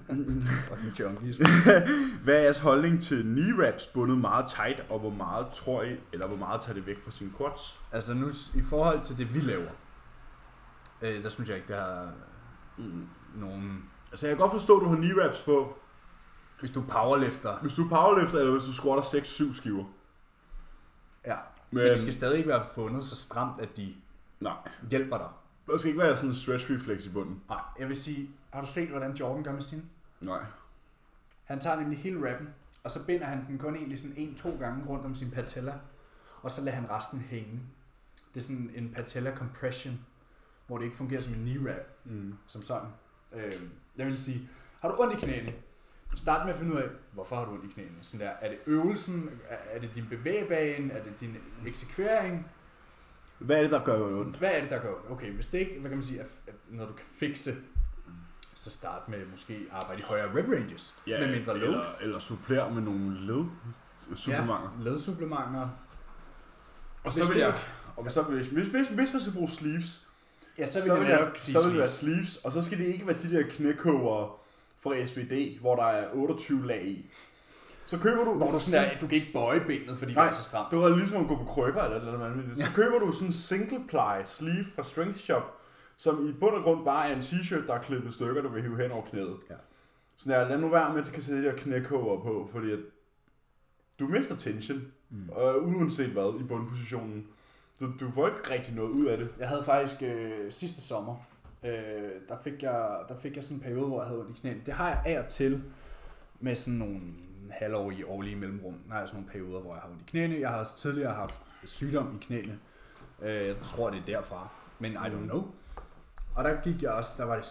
er jeres holdning til knee wraps bundet meget tight, og hvor meget tror I, eller hvor meget tager det væk fra sine quads? Altså nu, i forhold til det vi laver, der synes jeg ikke, der er nogen... Altså jeg kan godt forstå, at du har knee wraps på. Hvis du powerlifter. Hvis du powerlifter, eller hvis du squatter 6-7 skiver. Ja, men de skal stadig ikke være bundet så stramt, at de hjælper dig. Der skal ikke være sådan en stretch reflex i bunden. Nej, jeg vil sige, har du set, hvordan Jordan gør med sin? Nej. Han tager nemlig hele rappen, og så binder han den kun egentlig sådan 1-2 gange rundt om sin patella, og så lader han resten hænge. Det er sådan en patella compression, hvor det ikke fungerer som en knee wrap, som sådan. Jeg vil sige, har du ondt i knæene? Start med at finde ud af, hvorfor har du ondt i knæene? Sådan der, er det øvelsen? Er det din bevægebane? Er det din eksekvering? Hvad er det, der gør ondt? Hvad er det, der gør ondt? Okay, hvis det ikke, hvad kan man sige, at når du kan fikse, så start med måske arbejde i højere rep ranges, med mindre load. Eller supplere med nogle led-supplementer. Ja, led-supplementer. Og så vil jeg, hvis man skal bruge sleeves, ja, så vil det være sleeves, og så skal det ikke være de der knækover fra SBD, hvor der er 28 lag i. Så køber du... Hvor du sådan der, du kan ikke bøje benet, fordi det er så stramt. Det var ligesom at gå på krykker eller noget andet. Så køber du sådan en single ply sleeve fra Strength Shop, som i bund og grund bare er en t-shirt, der er klippet i stykker, du kan hive hen over knæet. Ja. Sådan der, lad nu være med, at du kan sætte de der knækover på, fordi at du mister tension, uanset hvad, i bundpositionen. Du får ikke rigtig noget ud af det. Jeg havde faktisk sidste sommer, der fik jeg sådan en periode, hvor jeg havde ondt i knæene. Det har jeg af og til med sådan nogle halvårige, årlige mellemrum. Der er sådan nogle perioder, hvor jeg har ondt i knæene. Jeg har også tidligere haft sygdom i knæene. Jeg tror, det er derfra, men I don't know. Og der gik jeg også,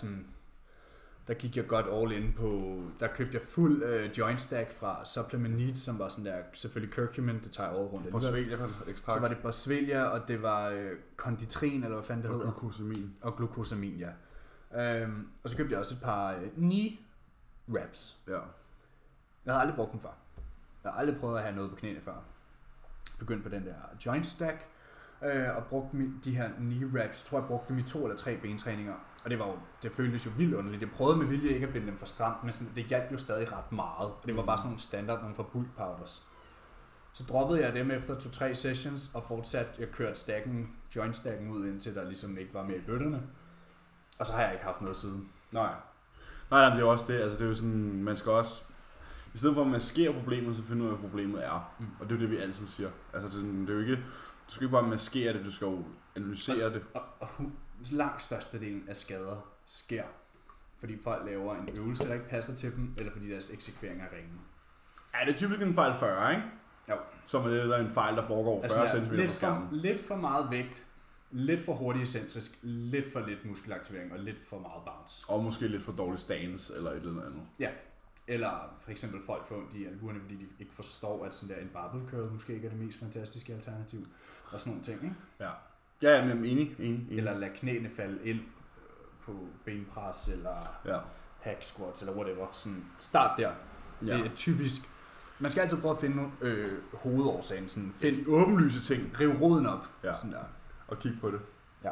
der gik jeg godt all in på, der købte jeg fuld joint stack fra Supplement Needs, som var sådan der, selvfølgelig curcumin, det tager jeg over rundt. Boswellia ekstrakt. Så var det Boswellia, og det var konditrin, eller hvad fanden det hedder. Og glucosamin. Og glucosamin, ja. Og så købte jeg også et par knee wraps. Ja. Jeg havde aldrig brugt dem før. Jeg har aldrig prøvet at have noget på knæene før. Begyndte på den der joint stack, og brugte de her knee wraps. Jeg tror, jeg brugte dem i 2 eller 3 bentræninger. Og det føltes jo vildt underligt. Jeg prøvede med vilje ikke at binde dem for stramt, men det hjalp jo stadig ret meget. Og det var bare sådan nogle standard, nogle fra bulk powders. Så droppede jeg dem efter 2-3 sessions, og fortsatte, jeg kørte joint stacken ud, indtil der ligesom ikke var mere i bøtterne. Og så har jeg ikke haft noget siden. Nej, det er jo også det. Altså det er jo sådan, man skal også, i stedet for at maskere problemet, så finde ud af, hvad problemet er. Og det er jo det, vi altid siger. Altså det er jo ikke, du skal ikke bare maskere det, du skal jo analysere det. Og langt størstedelen af skader sker, fordi folk laver en øvelse, der ikke passer til dem, eller fordi deres eksekvering er ringe. Ja, det er typisk en fejl 40, ikke? Jo. Som er det, der er en fejl, der foregår 40 cm fra skærmen. Lidt for meget vægt, lidt for hurtigt eccentrisk, lidt for lidt muskelaktivering og lidt for meget bounce. Og måske lidt for dårlig stance eller et eller andet. Ja, eller for eksempel folk får ondt i albuerne, fordi de ikke forstår, at sådan der en barbell curl måske ikke er det mest fantastiske alternativ. Og sådan nogle ting, ikke? Ja. Ja, men enig. Eller lade knæene falde ind på benpres, eller hack squats, eller whatever. Sådan, start der. Ja. Det er typisk. Man skal altid prøve at finde hovedårsagen. Sådan, find åbenlyse ting. Riv roden op. Ja. Sådan der. Og kig på det. Ja.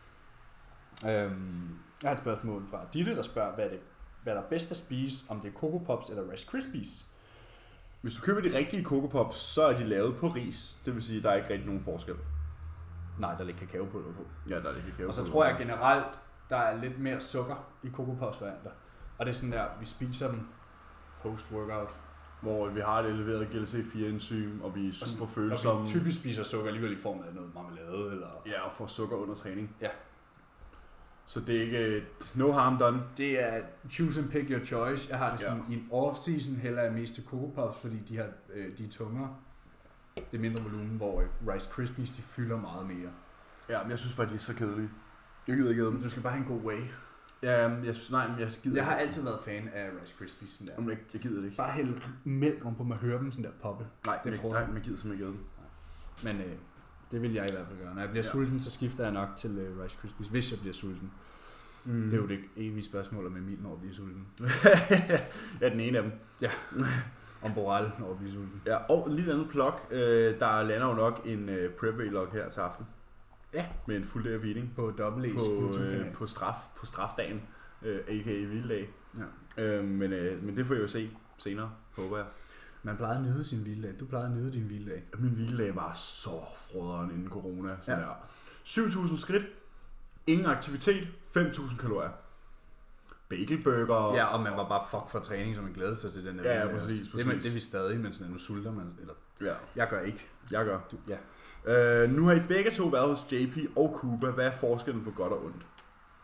Jeg har et spørgsmål fra Ditte, der spørger, hvad der er bedst at spise, om det er Coco Pops eller Rice Krispies. Hvis du køber de rigtige Coco Pops, så er de lavet på ris. Det vil sige, at der er ikke rigtig nogen forskel. Nej, der ligger kakaopulver på. Ja, der er lidt kakaopulver. Og så tror jeg generelt, der er lidt mere sukker i Coco Pops varianter. Og det er sådan der, vi spiser dem post-workout. Hvor vi har et eleveret GLC-4-enzym, og vi er super følsomme. Og vi typisk spiser sukker alligevel i form af noget marmelade, eller... Ja, og får sukker under træning. Ja. Så det er ikke no harm done. Det er choose and pick your choice. Jeg har det sådan, i en off-season hælder jeg mest til Coco Pops, fordi de er tungere. Det er mindre volumen, hvor Rice Krispies, de fylder meget mere. Ja, men jeg synes bare, de er så kedelige. Jeg gider ikke æde dem. Du skal bare have en god way. Ja, jeg gider Jeg har altid været fan af Rice Krispies. Sådan der. Jeg gider det ikke. Bare hælde mælk om på mig og høre dem sådan der poppe. Nej, jeg gider simpelthen ikke æde dem. Men det vil jeg i hvert fald gøre. Når jeg bliver sulten, så skifter jeg nok til Rice Krispies, hvis jeg bliver sulten. Det er jo det evige spørgsmål om Emil når at blive sulten. Ja, den ene af dem. Ja, om Boral når at blive sulten. Ja, og en lille andet plok. Der lander jo nok en prep-vlog her til aften. Ja. Med en fuld day of eating. På På strafdagen, a.k.a. hviledag. Ja. Men det får jeg jo se senere, håber jeg. Man plejede at nyde sin hviledag. Du plejede at nyde din hviledag. Min hviledag var så frøderen inden corona. Sådan ja. Der. 7.000 skridt, ingen aktivitet, 5.000 kalorier. Bagelburger. Ja, og man var bare fuck for træning, så man glædede sig til den der. Ja, præcis. Det er vi stadig, men sådan, nu sulter man. Eller, ja. Jeg gør ikke. Jeg gør. Ja. Nu har I begge to været hos JP og Cuba. Hvad er forskellen på godt og ondt?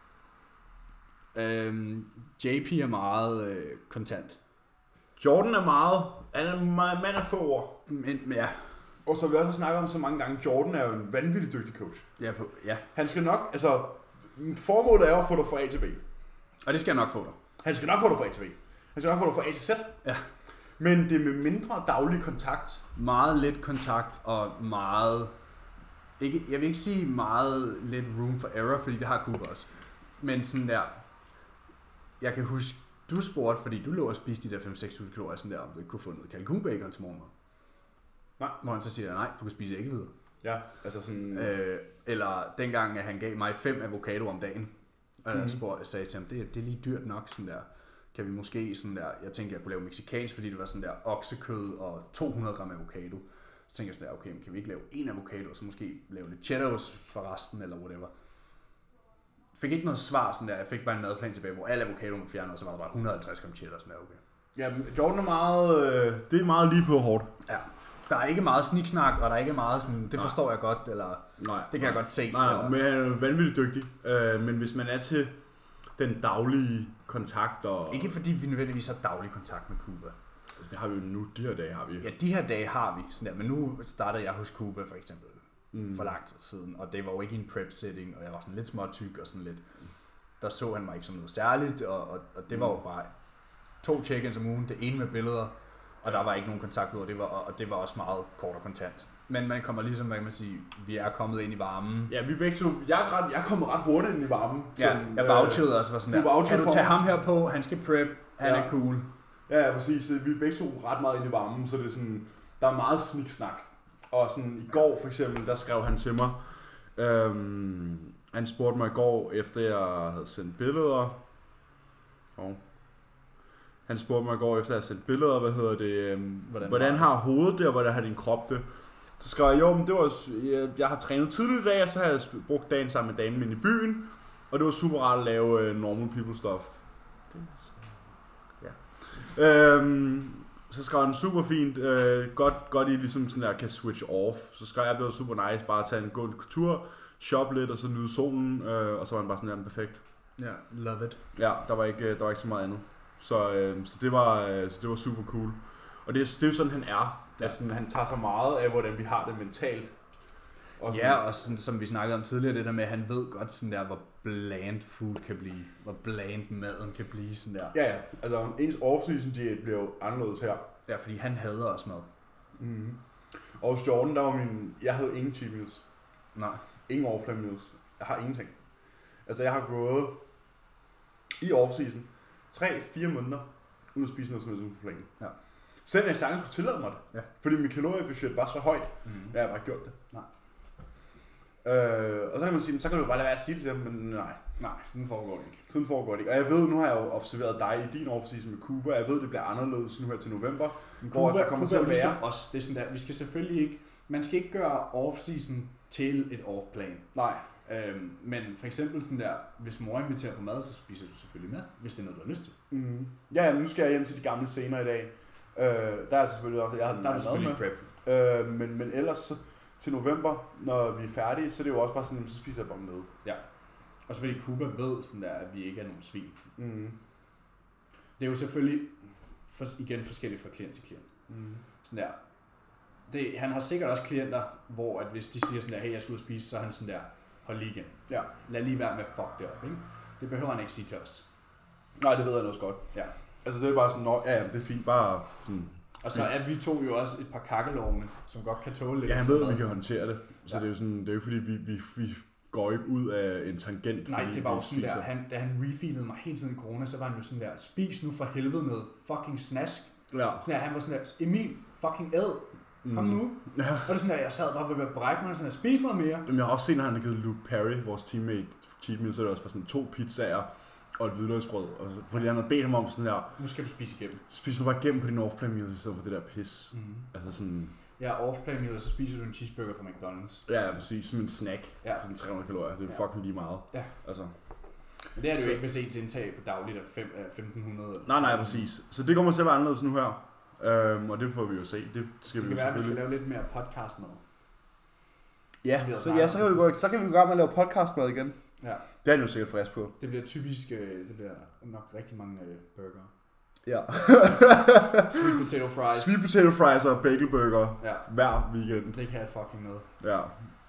JP er meget kontant. Jordan er meget... Han er mand af få ord. Men ja. Og så vi også har snakket om så mange gange, Jordan er jo en vanvittig dygtig coach. Ja. Han skal nok... Altså, formålet er at få dig fra A til B. Og det skal jeg nok få dig. Han skal nok få dig fra A til B. Han skal nok få dig fra A til Z. Ja. Men det er med mindre daglig kontakt. Meget lidt kontakt og meget... jeg vil ikke sige meget lidt room for error, fordi det har Cooper også. Men sådan der... Jeg kan huske, du spurgte, fordi du lå og spiste de der 5-6.000 kalorier, sådan der, om du ikke kunne få noget kalkunbacon til morgenmad. Nej. Hvor han så siger, nej, du kan spise æggehvide. Ja, altså sådan... Eller dengang, at han gav mig 5 avocado om dagen. Og jeg sagde til ham, det er lige dyrt nok, sådan der. Kan vi måske sådan der, jeg tænkte, jeg kunne lave mexicansk, fordi det var sådan der oksekød og 200 gram avocado. Så tænkte jeg sådan der, okay, men kan vi ikke lave en avocado, og så måske lave lidt cheddars for resten, eller whatever. Fik ikke noget svar sådan der, jeg fik bare en madplan tilbage, hvor alle avocadoen var fjernet, og så var der bare 150 gram cheddar, sådan der, okay. Ja, Jordan er meget, det er meget lige på hårdt. Ja. Der er ikke meget sniksnak, og der er ikke meget sådan, det forstår jeg godt, eller det kan jeg godt se. Nej, men han er vanvittigt dygtig. Men hvis man er til den daglige kontakt og... Ikke fordi vi nødvendigvis har daglig kontakt med Cuba. Altså det har vi jo nu, de her dage har vi. Ja, de her dage har vi, sådan der, men nu startede jeg hos Cuba for eksempel, for lang tid siden, og det var jo ikke en prep setting, og jeg var sådan lidt småtyk og sådan lidt, der så han mig ikke som noget særligt, og det var jo bare 2 check-ins om ugen, det ene med billeder, og der var ikke nogen kontakt ud, og det var også meget kort og kontant. Men man kommer ligesom, hvad kan man sige, vi er kommet ind i varmen. Ja, vi begge to, jeg er kommet ret hurtigt ind i varmen. Ja, jeg vouchede også, var sådan der, kan du tage ham her på, han skal prep, han er cool. Ja, præcis, vi er begge to ret meget ind i varmen, så det er sådan, der er meget sniksnak. Og sådan i går for eksempel, der skrev han til mig, han spurgte mig i går, efter jeg havde sendt billeder, hvordan har hovedet det, og hvordan har din krop det? Så skrev jeg, men det var, jeg har trænet tidligt i dag, og så har jeg brugt dagen sammen med damen inde i byen, og det var super rart at lave normal people stuff. Ja. Så skrev han super fint, godt I ligesom sådan der kan switch off. Så skrev jeg, det var super nice, bare at tage en god tur, shoppe lidt, og så nyde solen, og så var han bare sådan der, perfekt. Ja, love it. Ja, der var ikke så meget andet. Så det var super cool. Og det er jo sådan, han er. Ja. Altså, han tager så meget af, hvordan vi har det mentalt. Og ja, og sådan, som vi snakkede om tidligere, det der med, at han ved godt, sådan der, hvor bland food kan blive. Hvor bland maden kan blive. Sådan der. Ja, altså ens off-season diet bliver jo anderledes her. Ja, fordi han hader også mad. Mm-hmm. Og hos Jordan, der var jeg havde ingen cheat meals. Nej. Ingen overflame meals. Jeg har ingenting. Altså jeg har gået i off-season 3-4 måneder uden at spise noget som helst for længe. Ja. Selvom jeg sagtens kunne tillade mig det. Ja. Fordi min kaloriebudget var så højt, jeg har bare gjort det. Nej. Og så kan man sige, så kan du bare lade være at sige det til dem, men nej, sådan foregår det ikke. Sådan foregår det ikke. Og jeg ved, nu har jeg jo observeret dig i din off-season med Cuba, jeg ved, det bliver anderledes nu her til november, hvor der kommer til at være... Ligesom os. Det er sådan der, vi skal selvfølgelig ikke, man skal ikke gøre off-season til et off-plan. Nej. Men for eksempel sådan der, hvis mor inviterer på mad, så spiser du selvfølgelig med, hvis det er noget, du har lyst til. Mm. Ja, nu skal jeg hjem til de gamle scener i dag. Der er selvfølgelig også, der er du selvfølgelig prep. Men ellers så, til november, når vi er færdige, så er det jo også bare sådan, så spiser jeg bare med. Ja. Og så fordi Cuba ved sådan der, at vi ikke er nogen svin. Mm. Det er jo selvfølgelig igen forskelligt fra klient til klient. Mm. Sådan der. Han har sikkert også klienter, hvor at hvis de siger sådan der, hey, jeg skal ud og spise, så er han sådan der, hold lige igen. Ja. Lad lige være med at fuck det op, ikke? Det behøver han ikke sige til os. Nej, det ved jeg også godt. Ja. Altså det er bare sådan, ja, det er fint, bare sådan... Og så er vi to jo også et par kakkelovne, som godt kan tåle lidt. Ja, han ved, at vi kan håndtere det. Så det er jo sådan, det er jo ikke fordi, vi går ikke ud af en tangent. Nej, det var jo sådan der, da han refeedede mig hele tiden i corona, så var han jo sådan der, spis nu for helvede noget fucking snask. Ja. Sådan der, han var sådan der, Emil, fucking æd, kom nu. Ja. Og det er sådan der, jeg sad bare ved at brække mig, sådan der, spis noget mere. Jamen, jeg har også set, at han har givet Luke Perry, vores teammate, cheat meal, så er det også bare sådan 2 pizzaer og et hvidløgsbrød. Og så, fordi han havde bedt ham om sådan der, nu skal du spise igennem. Spis nu bare igennem på din off-play meal, i stedet for det der pis. Altså sådan... Ja, off-play meal, og så spiser du en cheeseburger fra McDonald's. Ja, præcis. Som en snack. Ja. Sådan 300 kalorier. Det er fucking lige meget. Ja. Altså. Men det er det jo ikke, hvis ens indtag på dagligt er 1500. Nej, præcis. Så det kommer til at være anderledes nu her. Og det får vi jo se. Det skal vi jo være, vi skal lave lidt mere podcast med. Ja, så kan vi gå gang med at lave podcast med igen. Ja. Det er han jo sikkert frisk på. Det bliver typisk, det bliver nok rigtig mange burger. Ja. Sweet potato fries. Sweet potato fries og bagelburger hver weekend. Det kan jeg fucking med. Ja.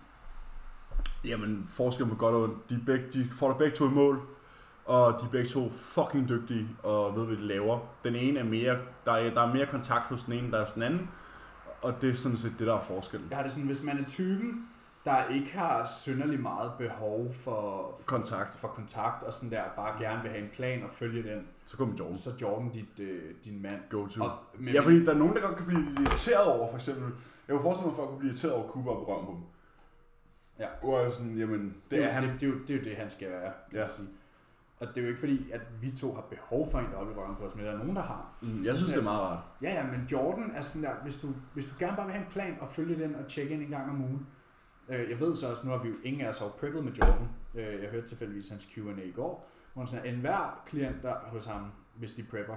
Jamen, forskel på godt og ondt. De får der begge to i mål. Og de er begge to fucking dygtige og ved, hvad de laver. Den ene er mere, der er mere kontakt hos den ene, der er hos den anden. Og det er sådan set det, der er forskellen. Jeg har det sådan, hvis man er typen, der ikke har synderligt meget behov for kontakt og sådan der, bare gerne vil have en plan og følge den. Så kommer Jordan. Så Jordan din mand. Go to. Ja, fordi der er nogen, der godt kan blive irriteret over, for eksempel. Jeg kunne forestille mig, at folk kunne blive irriteret over Cooper og berømme på dem. Ja. Og sådan, jamen, det er jo det, han skal være, kan man sige. Og det er jo ikke fordi, at vi to har behov for en, der oppe i røven på os, men der er nogen, der har. Jeg synes, det er meget rart. Ja, men Jordan er sådan der, hvis du gerne bare vil have en plan og følge den og tjekke ind en gang om ugen. Jeg ved så også, nu har vi jo ingen af os har preppet med Jordan. Jeg hørte tilfældigvis hans Q&A i går, hvor han sådan, at enhver klient der hos ham, hvis de prepper,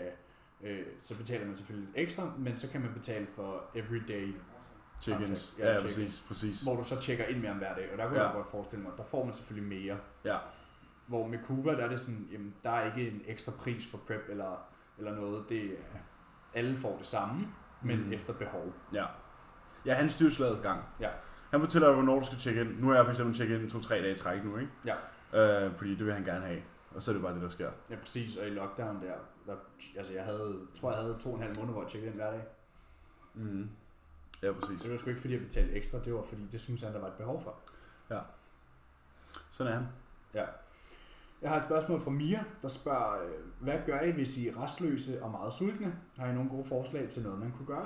så betaler man selvfølgelig lidt ekstra, men så kan man betale for everyday check-ins. Ja, præcis. Hvor du så tjekker ind mere om hver dag, og der kunne jeg godt forestille mig, der får man selvfølgelig mere. Ja. Hvor med Cuba, der er det sådan, jamen, der er ikke en ekstra pris for prep eller noget. Det alle får det samme, men efter behov. Ja, han styrer slagets gang. Ja. Han fortæller dig, hvornår du skal tjekke ind. Nu er jeg for eksempel tjekket ind 2-3 dage i træk nu, ikke? Ja. Fordi det vil han gerne have. Og så er det bare det, der sker. Ja, præcis. Og i lockdown der altså jeg havde 2,5 måneder, hvor jeg tjekkede ind hver dag. Ja, præcis. Det var sgu ikke fordi, jeg betalte ekstra. Det var fordi, det synes han, der var et behov for. Ja. Sådan er han. Ja. Jeg har et spørgsmål fra Mia, der spørger, hvad gør I, hvis I er restløse og meget sultne? Har I nogle gode forslag til noget, man kunne gøre?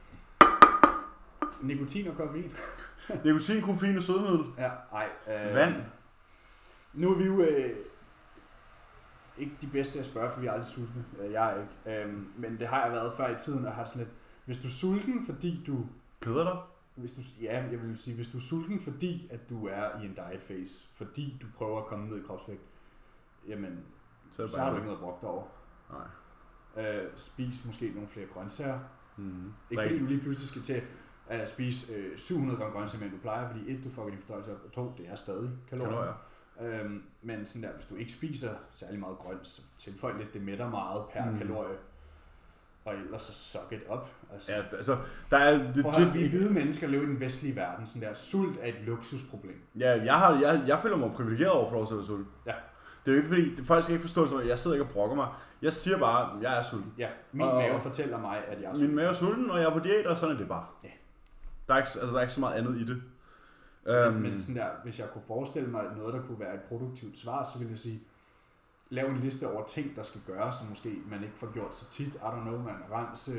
Nikotin og koffein. Nikotin, koffein og sødemiddel. Ja, vand. Nu er vi jo ikke de bedste at spørge, for vi er aldrig sultne. Jeg er ikke. Men det har jeg været før i tiden, og har sådan lidt... Hvis du er sulten, fordi du... Keder dig? Jeg vil sige, hvis du er sulten, fordi at du er i en diet phase, fordi du prøver at komme ned i kropsvægt, jamen, så har du ikke noget brugt over. Nej. Spis måske nogle flere grøntsager. Ikke fordi du lige pludselig skal til at spise 700 gram grøntsager, men du plejer, fordi 1, du får din fordøjelse op, og 2, det er stadig kalorier. Men sådan der, hvis du ikke spiser særlig meget grønt, så tilføj lidt, det mætter meget per kalorie. Og ellers så suck it up. Altså, ja, altså, der er... Vi hvide mennesker lever i den vestlige verden, sådan der, sult er et luksusproblem. Ja, jeg føler mig privilegeret over for lov til at være sulten. Ja. Det er jo ikke fordi, folk skal ikke forstå, at jeg sidder ikke og brokker mig. Jeg siger bare, at jeg er sulten. Ja, min mave fortæller mig, at jeg er sulten. Min mave er sulten, og jeg er på diæt, og sådan er det bare. Ja. Der er ikke så meget andet i det. Men sådan der, hvis jeg kunne forestille mig noget, der kunne være et produktivt svar, så ville jeg sige, lav en liste over ting, der skal gøres, som måske man ikke får gjort så tit. I don't know, man rense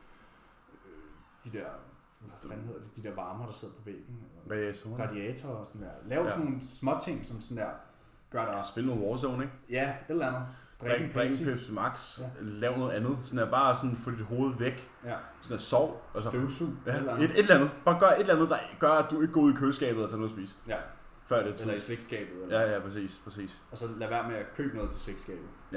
de der, hvad fanden hedder det, de der varmer, der sidder på væggen. Radiator og sådan der. Lav sådan nogle små ting, som sådan der gør der. Spil noget Warzone, ikke? Ja, et eller andet. Drik en Pepsi Max. Ja. Lav noget andet. Sådan der, bare sådan få dit hoved væk. Ja. Sådan der, sov. Altså, støvsug. Ja, et eller andet. Bare gør et eller andet, der gør, at du ikke går ud i køleskabet og tager noget at spise. Ja. Før det eller i slikskabet. Eller? Ja, præcis. Og så lad være med at købe noget til slikskabet. Ja.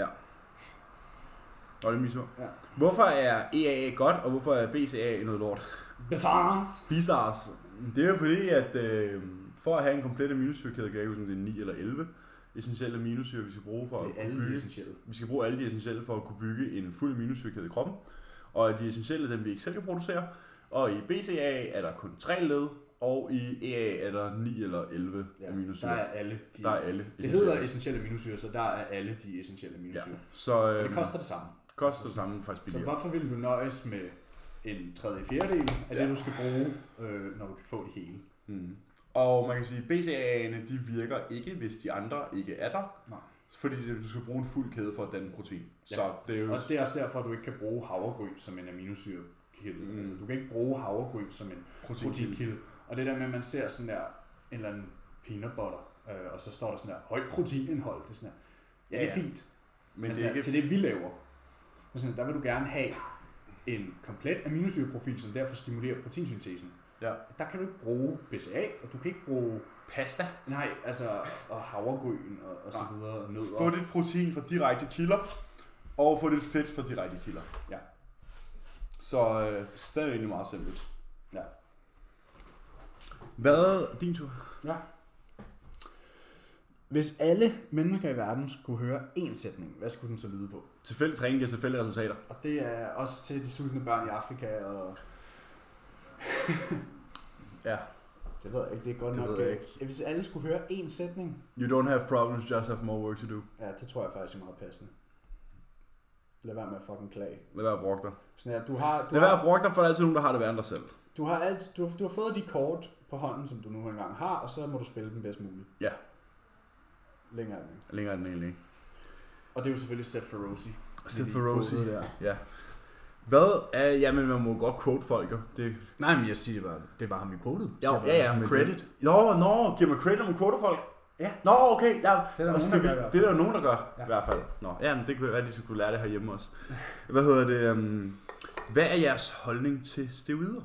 Og det er min tur. Ja. Hvorfor er EAA godt, og hvorfor er BCAA noget lort? Bizarres. Det er jo fordi, at for at have en komplet aminosyrkæde, kan jeg huske, det er 9 eller 11 essentielle aminosyre, vi skal bruge for at kunne bygge. Vi skal bruge alle de essentielle for at kunne bygge en fuld aminosyrkæde i kroppen. Og de essentielle, dem vi ikke selv kan producere. Og i BCAA er der kun 3 led, og i EA er der 9 eller 11 aminosyrer. Der er alle. Der er alle. Det hedder essentielle aminosyrer, så der er alle de essentielle aminosyrer. Ja. Så, og det koster det samme. Koster det samme faktisk billigere. Så hvorfor vil du nøjes med en tredje-fjerdedel af det, du skal bruge, når du kan få det hele? Og man kan sige, at BCAA'erne de virker ikke, hvis de andre ikke er der. Nej. Fordi du skal bruge en fuld kæde for at danne protein. Ja. Så det er jo... Og det er også derfor, at du ikke kan bruge havregryn som en aminosyrekilde. Altså, du kan ikke bruge havregryn som en proteinkilde. Og det der med, at man ser sådan der en eller anden peanut butter, og så står der sådan der højt proteinindhold. Det er sådan der, det er fint. Men altså, det er ikke... til det vi laver. Sådan, der vil du gerne have en komplet aminosyreprofil, som derfor stimulerer proteinsyntesen. Ja. Der kan du ikke bruge BCA, og du kan ikke bruge pasta. Nej, altså og havregryn og så videre og nødder. Få dit protein fra direkte kilder, og få dit fedt fra direkte kilder. Ja. Så det er egentlig meget simpelt. Ja. Hvad din tur? Ja. Hvis alle mennesker i verden skulle høre én sætning, hvad skulle den så lyde på? Tilfældig træning giver tilfældige resultater. Og det er også til de sultne børn i Afrika og... ja. Det ved jeg ikke, det er godt det nok... Ved jeg ikke. Hvis alle skulle høre én sætning... You don't have problems, just have more work to do. Ja, det tror jeg faktisk er meget passende. Lad være med at fucking klage. Lad være at brokke dig. Sådan, ja, lad være at brokke dig, for der er altid nogen, der har det værre end dig selv. Du har fået de kort på hånden, som du nu engang har, og så må du spille dem bedst muligt. Ja. Længere er den ikke. Længere er den egentlig ikke. Og det er jo selvfølgelig Seth Ferozi. Seth Ferozi, ja. Hvad er... Jamen, man må godt quote folk, jo. Det... Nej, men jeg siger bare, det var ham, vi quotede. Ja. Credit. Giver man credit, når man quoter folk? Ja. Nå, okay. Ja. Det er der nogen, der gør, ja. I hvert fald. Nå, ja, men det kunne være, at de skulle kunne lære det herhjemme også. Hvad hedder det? Hvad er jeres holdning til steroider?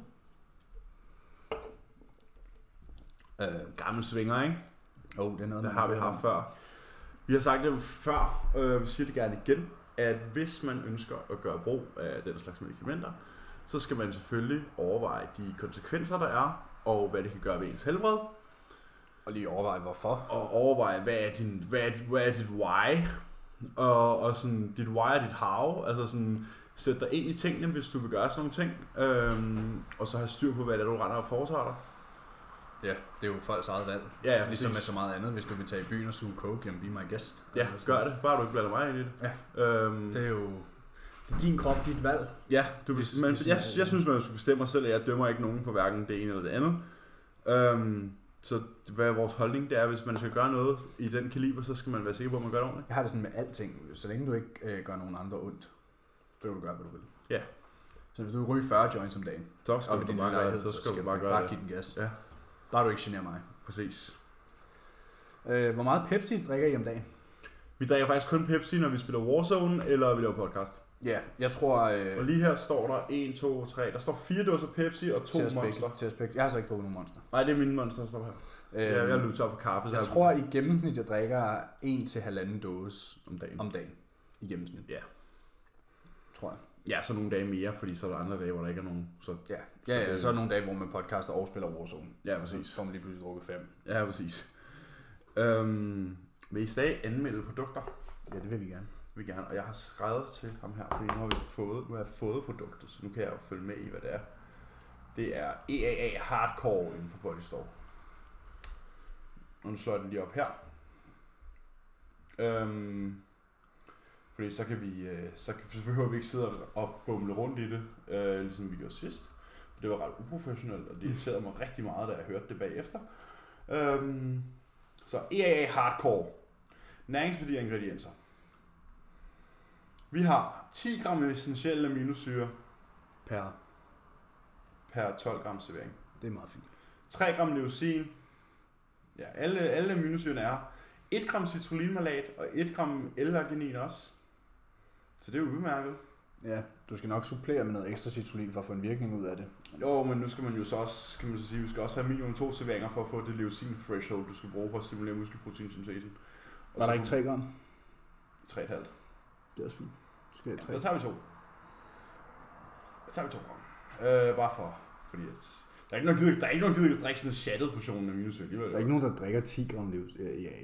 Gammel svinger, ikke? Det er noget, det har vi haft før. Vi har sagt det før, vi siger det gerne igen, at hvis man ønsker at gøre brug af den slags medicamenter, så skal man selvfølgelig overveje de konsekvenser, der er, og hvad det kan gøre ved ens helbred. Og lige overveje hvorfor. Og overveje, hvad er dit why? Og sådan, dit why er dit how. Altså sådan, sæt dig ind i tingene, hvis du vil gøre sådan nogle ting. Og så have styr på, hvad det er, du render og foretager dig. Ja, det er jo folks eget valg. Ja, ligesom med så meget andet. Hvis du vil tage i byen og suge coke, jamen be my guest. Ja, gør det. Bare du ikke blander mig ind i det. Ja. Det er jo det er din krop, dit valg. Ja, jeg synes, man bestemmer selv, at jeg dømmer ikke nogen på hverken det ene eller det andet. Så hvad er vores holdning? Det er, hvis man skal gøre noget i den kaliber, så skal man være sikker på, at man gør det ordentligt. Jeg har det sådan med alting. Så længe du ikke gør nogen andre ondt, så kan du gøre, hvad du vil. Ja. Så hvis du ryger 40 joints om dagen, så skal du bare gøre det. Så skal du bare give den gas. Ja. Bare du ikke generer mig. Præcis. Hvor meget Pepsi drikker I om dagen? Vi drikker faktisk kun Pepsi, når vi spiller Warzone, eller vi laver podcast. Ja, jeg tror... Og lige her står der 1, 2, 3. Der står 4 dåser Pepsi og 2 Monster. Jeg har så ikke drukket nogen Monster. Nej, det er mine Monster, der står her. Jeg er løbet op for kaffe. Jeg tror i gennemsnit, jeg drikker 1 til 1,5 dåse om dagen. I gennemsnit. Ja. Tror jeg. Ja, så nogle dage mere, fordi så er der andre dage, hvor der ikke er nogen. Så så er der nogle dage, hvor man podcaster og spiller Warzone. Ja, præcis. Så får man lige pludselig drukket 5. Ja, præcis. Vil I stadig anmelde produkter? Ja, det vil vi gerne. Og jeg har skrevet til ham her, fordi nu har jeg fået produktet, så nu kan jeg jo følge med i, hvad det er. Det er EAA Hardcore inden for Body Store. Og nu slår jeg den lige op her. Fordi så kan vi, så behøver vi ikke sidde og bumle rundt i det, ligesom vi gjorde sidst. Det var ret uprofessionelt, og det irriterede mig rigtig meget, da jeg hørte det bagefter. Så EAA Hardcore. Næringsværdige ingredienser. Vi har 10 gram essentielle aminosyre per 12 gram servering. Det er meget fint. 3 gram leucin. Ja, alle aminosyrene er. 1 gram citrullinmalat og 1 gram L-arginin også. Så det er jo udmærket. Ja, du skal nok supplere med noget ekstra citrullin for at få en virkning ud af det. Jo, men nu skal man jo så også, kan man så sige, vi skal også have minimum 2 serveringer for at få det leucin threshold, du skal bruge for at stimulere muskelproteinsyntesen. Var der ikke 3 gram? 3,5. Det er også fint. Skal jeg 3? Så tager vi 2. gram. Bare fordi at der er ikke nogen gider at drikke sådan en shattet portion af aminosyre. Der er ikke nogen, der drikker 10 gram EAA.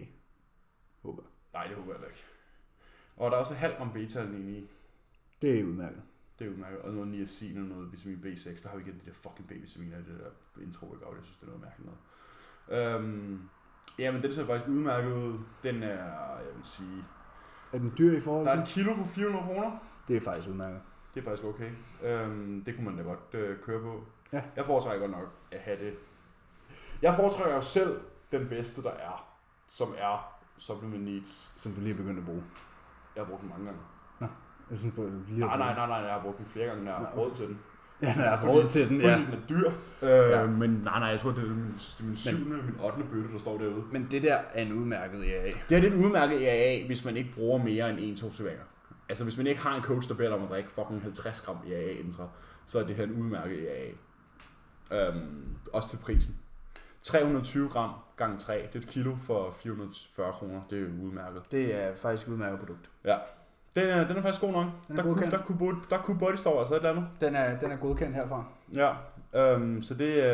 Håber. Nej, det håber jeg ikke. Og der er også halv gram beta-alanin i. Det er udmærket. Det er udmærket. Og noget niacin og noget vitamin B6. Der har vi igen de der fucking B-vitaminer i det der intro, jeg gav. Jeg synes, det er noget mærkeligt noget. Men den ser faktisk udmærket ud. Den er, jeg vil sige... Er den dyr i forhold Der til? er 1 kilo for 400 kroner. Det er faktisk udmærket. Det er faktisk okay. Det kunne man da godt køre på. Ja. Jeg foretrækker godt nok at have det. Jeg foretrækker jo selv den bedste, der er. Som er Supplement Needs. Som du lige er begyndt at bruge. Jeg har brugt den mange gange. Jeg synes, du lige Nej, jeg har brugt den flere gange, når jeg har råd til den. Ja, når jeg har råd til den, fordi ja. den er dyr. Men nej, jeg tror, det er min 7. min 8. bøtte, der står derude. Men det der er en udmærket EAA. Det er en udmærket EAA, hvis man ikke bruger mere end 1-2 serveringer. Altså, hvis man ikke har en coach, der beder dig om at drikke fucking 50 gram EAA intra, så er det her en udmærket EAA. Også til prisen. 320 gram gange 3, det er 1 kilo for 440 kroner. Det er jo udmærket. Det er faktisk et udmærket produkt. Ja. Den er faktisk god nok. Der kunne Body Store altså et eller andet. Den er godkendt herfra. Ja. Så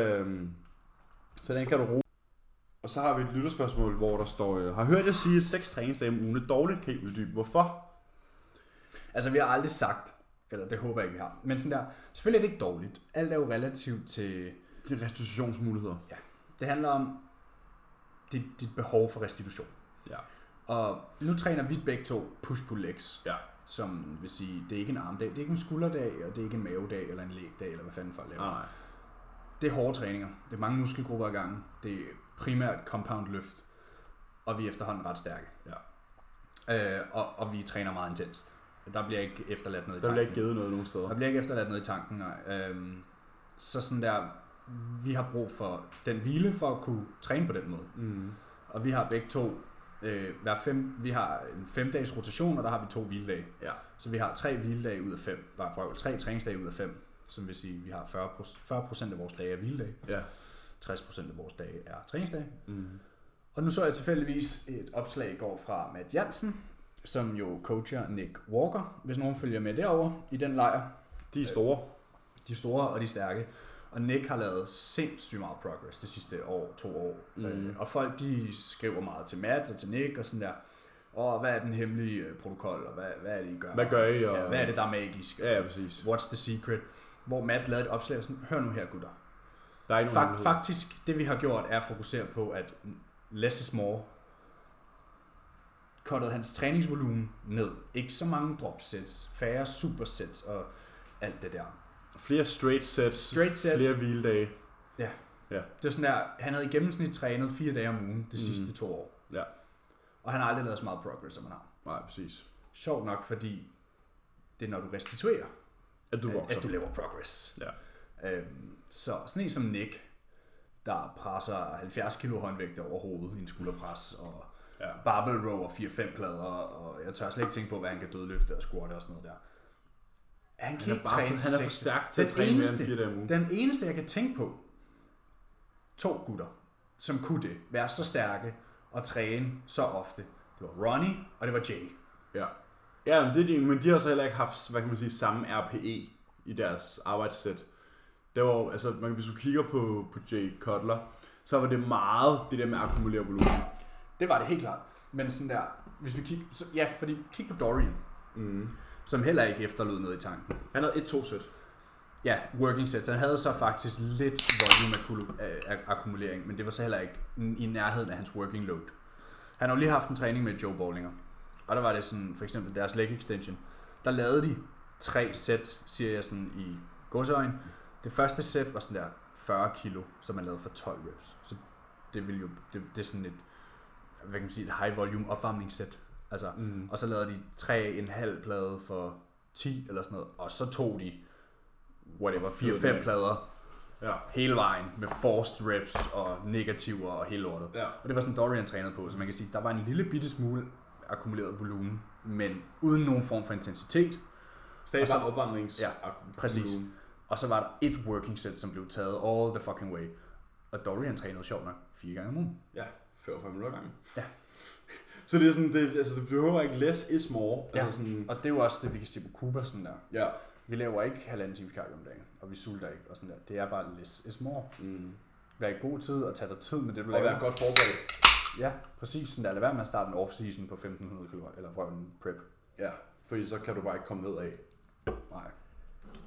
den kan du bruge. Og så har vi et lytterspørgsmål, hvor der står, har hørt jer sige, at 6 træningsdage om ugen er dårligt. Kan I uddybe hvorfor? Altså, vi har aldrig sagt, eller det håber jeg ikke, vi har. Men sådan der, selvfølgelig er det ikke dårligt. Alt er jo relativt til restitutionsmuligheder. Ja. Det handler om dit behov for restitution. Ja. Og nu træner vi begge to push-pull-legs. Ja. Som vil sige, det er ikke en armdag, det er ikke en skulderdag, og det er ikke en mavedag, eller en lægdag, eller hvad fanden folk laver. Nej. Det er hårde træninger. Det er mange muskelgrupper ad gangen. Det er primært compound løft. Og vi er efterhånden ret stærke. Ja. Og vi træner meget intenst. Der bliver ikke efterladt noget i tanken. Der bliver ikke givet noget nogen steder. Der bliver ikke efterladt noget i tanken, nej. Så sådan der, vi har brug for den hvile for at kunne træne på den måde. Mm. Og vi har begge to, vi har en 5-dages rotation, og der har vi 2 hviledage. Ja. Så vi har 3 hviledage ud af 5, 3 træningsdage ud af 5, som vil sige, at vi har 40% af vores dage er hviledage. Ja. 60% af vores dage er træningsdage. Mm. Og nu så jeg tilfældigvis et opslag i går fra Matt Jansen, som jo coacher Nick Walker, hvis nogen følger med derover i den lejr. De er store. De er store, og de er stærke. Og Nick har lavet sindssygt meget progress det sidste 2 år. Og folk, de skriver meget til Matt og til Nick og sådan der. Og hvad er den hemmelige protokol, og hvad er det, I gør? Hvad gør I? Og... Ja, hvad er det, der er magisk? Ja, præcis. What's the secret? Hvor Matt lavede et opslag sådan, hør nu her, gutter. Der er ikke nogen faktisk, det vi har gjort, er at fokusere på, at less is more. Cuttet hans træningsvolumen ned. Ikke så mange drop sets, færre supersets og alt det der. Flere straight sets. Flere hviledage. Ja. Det er sådan der, han havde i gennemsnit trænet 4 dage om ugen de sidste 2 år. Ja. Og han har aldrig lavet så meget progress, som han har. Nej, præcis. Sjovt nok, fordi det er, når du restituerer, at du laver progress. Ja. Så sådan en som Nick, der presser 70 kilo håndvægte over hovedet i en skulderpres, og barbell row og 4-5 plader, og jeg tør slet ikke tænke på, hvad han kan dødløfte og squatte og sådan noget der. Han kan ikke træne. Han er for stærk til at træne mere end 4 dage om ugen. Den eneste, jeg kan tænke på, 2 gutter, som kunne det, være så stærke og træne så ofte, det var Ronnie, og det var Jay. Ja. Ja, men de har så heller ikke haft, hvad kan man sige, samme RPE i deres arbejdssæt. Det var, altså, hvis du kigger på Jay Cutler, så var det meget det der med at akkumulere volumen. Det var det helt klart. Men sådan der, hvis vi kigger, fordi kig på Dorian, som heller ikke efterlod noget i tanken. Han havde 1-2 sæt. Ja, working sets. Han havde så faktisk lidt volume akkumulering, men det var så heller ikke i nærheden af hans working load. Han har jo lige haft en træning med Joe Bollinger, og der var det sådan, for eksempel deres leg extension, der lavede de 3 sæt, siger jeg sådan i gåseøjne. Det første sæt var sådan der 40 kilo, som man lavede for 12 reps. Så det vil jo, det er sådan et, hvad kan man sige, et high volume opvarmningssæt. Altså, og så lavede de 3,5 plade for 10 eller sådan noget, og så tog de whatever, 4-5 plader hele vejen med forced reps og negativer og hele lortet. Ja. Og det var sådan Dorian trænede på, så man kan sige, der var en lille bitte smule akkumuleret volumen, men uden nogen form for intensitet. Stadig bare opvarmnings. Ja, præcis. Og så var der et working set, som blev taget all the fucking way. Og Dorian trænede sjovt nok 4 gange om ugen. Ja, 45 minutter gange. Ja. Så det er sådan, det behøver ikke less is more. Ja, altså sådan... og det er jo også det, vi kan se på Cuba sådan der. Ja. Vi laver ikke 1,5 times cardio om dagen, og vi sulter ikke og sådan der. Det er bare less is more. Vær i god tid og tage dig tid med det, du laver. Og være godt forberedt. Ja, præcis sådan der. Lad være med at starte en off-season på 1.500 kilo, eller prøve en prep. Ja, fordi så kan du bare ikke komme ned af. Nej.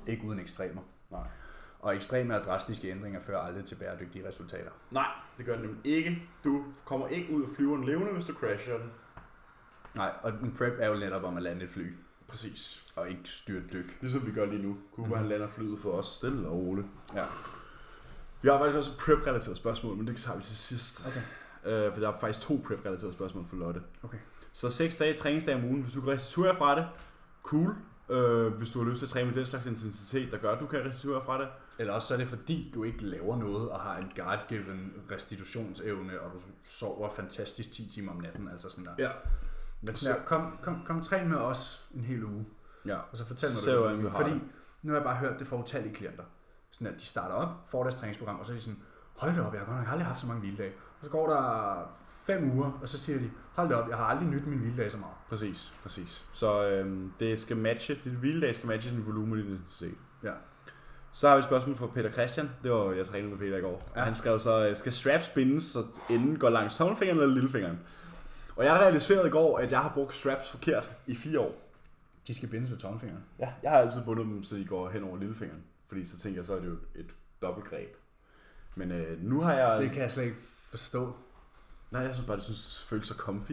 Ikke uden ekstremer. Nej. Og ekstreme og drastiske ændringer fører aldrig til bæredygtige resultater. Nej, det gør det nemlig ikke. Du kommer ikke ud af flyveren levende, hvis du crasher den. Nej, og en prep er jo netop om at lande et fly. Præcis. Og ikke styrt dyk. Ligesom vi gør lige nu. Cooper han lander flyet for os stille og roligt. Ja. Vi har faktisk også et prep-relateret spørgsmål, men det tager vi til sidst. Okay. For der er faktisk 2 prep-relaterede spørgsmål for Lotte. Okay. Så 6 dage træningsdage om ugen. Hvis du kan restituere fra det, cool. Hvis du har lyst til at træne med den slags intensitet, der gør, at du kan restituere fra det. Eller også så er det fordi, du ikke laver noget og har en God-given restitutionsevne, og du sover fantastisk 10 timer om natten. Altså sådan der. Ja. Men så kom træn med os en hel uge. Ja. Og så fortæl mig så det. Fordi nu har jeg bare hørt det fra utallige klienter. Sådan at de starter op, får deres træningsprogram, og så er de sådan, hold da op, jeg har godt nok aldrig haft så mange hviledage. Og så går der 5 uger, og så siger de, hold da op, jeg har aldrig nydt min hviledag så meget. Præcis. Så det skal matche, dit hviledag skal matche din volumen og din intensitet. Ja. Så har vi et spørgsmål fra Peter Christian. Det var, jeg trænede med Peter i går. Ja. Han skrev så, skal straps bindes, så enden går langs tommelfingeren eller lillefingeren? Og jeg realiserede i går, at jeg har brugt straps forkert i 4 år. De skal bindes ved tommelfingeren? Ja, jeg har altid bundet dem, så de går hen over lillefingeren. Fordi så tænker jeg, så er det jo et dobbeltgreb. Men nu har jeg... Det kan jeg slet ikke forstå. Nej, jeg synes bare, det føles så comfy.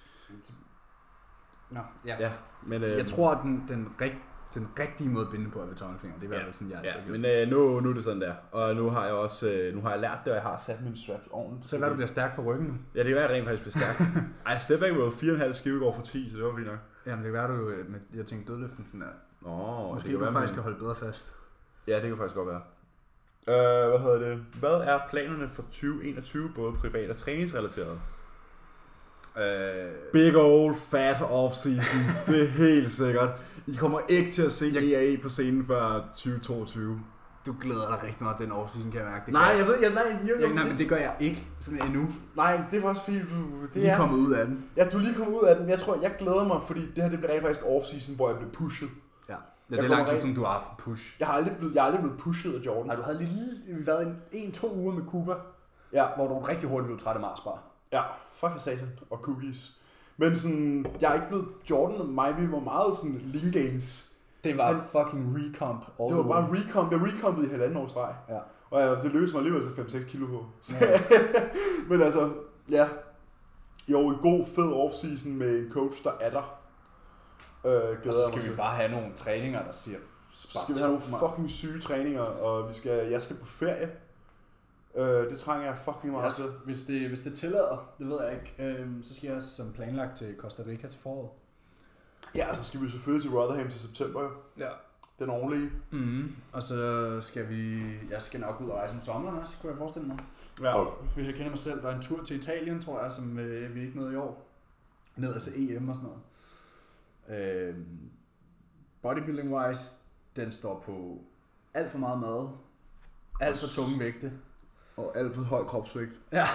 Nå, ja. Ja, men... jeg tror, at den rigtige måde at binde på er ved tommelfingeren. Det er i hvert fald sådan, jeg altid men nu er det sådan der. Og nu har jeg også lært det, og jeg har sat mine straps ordentligt. Så hvad, du bliver stærk på ryggen nu? Ja, det kan være, at jeg rent faktisk bliver stærk. Ej, step back row 4,5 skive går for 10, så det var fint nok. Jamen, det kan være, du med, jeg tænkte dødløften sådan der. Måske det du faktisk kan holde bedre fast. Ja, det kan faktisk godt være. Hvad er planerne for 2021, både privat og træningsrelateret? Big old fat off-season. Det er helt sikkert. I kommer ikke til at se EAE på scenen før 2022. Du glæder dig rigtig meget den off-season, kan jeg mærke. Nej, men det gør jeg ikke sådan endnu. Nej, det var også fordi, du er kommet ud af den. Ja, du er lige kommet ud af den. Jeg tror, jeg glæder mig, fordi det her det bliver rent faktisk off-season, hvor jeg blev pushet. Ja, det er lang tid siden, du har haft push. Jeg har aldrig blevet pushet af Jordan. Nej, du havde lige været 1-2 uger med Cooper, hvor du rigtig hurtigt blev træt af Mars bar. Ja, fuck for satan og cookies. Men sådan, jeg er ikke blevet Jordan og mig, vi var meget sådan lean gains. Det var fucking recomp. Det var bare recomp. Jeg recompede i 1,5 års streg. Ja. Og det løste mig alligevel til 5-6 kilo på. Ja. Men altså, ja. Jo, en god fed off-season med en coach, der er der. Og så skal vi bare have nogle træninger, der siger... Skal vi have nogle fucking syge træninger, og jeg skal på ferie. Det trænger jeg fucking meget til. Hvis det tillader, det ved jeg ikke, så skal jeg som planlagt til Costa Rica til foråret. Ja, så skal vi selvfølgelig til Rotherham til september jo. Ja. Den ordentlige. Og så skal jeg skal nok ud og rejse om sommeren også, kunne jeg forestille mig. Ja. Hvis jeg kender mig selv, der er en tur til Italien, tror jeg, som vi ikke nåede i år. Ned altså EM og sådan noget. Bodybuilding-wise, den står på alt for meget mad, alt for tunge vægte. Og alt for høj kropsvægt. Ja,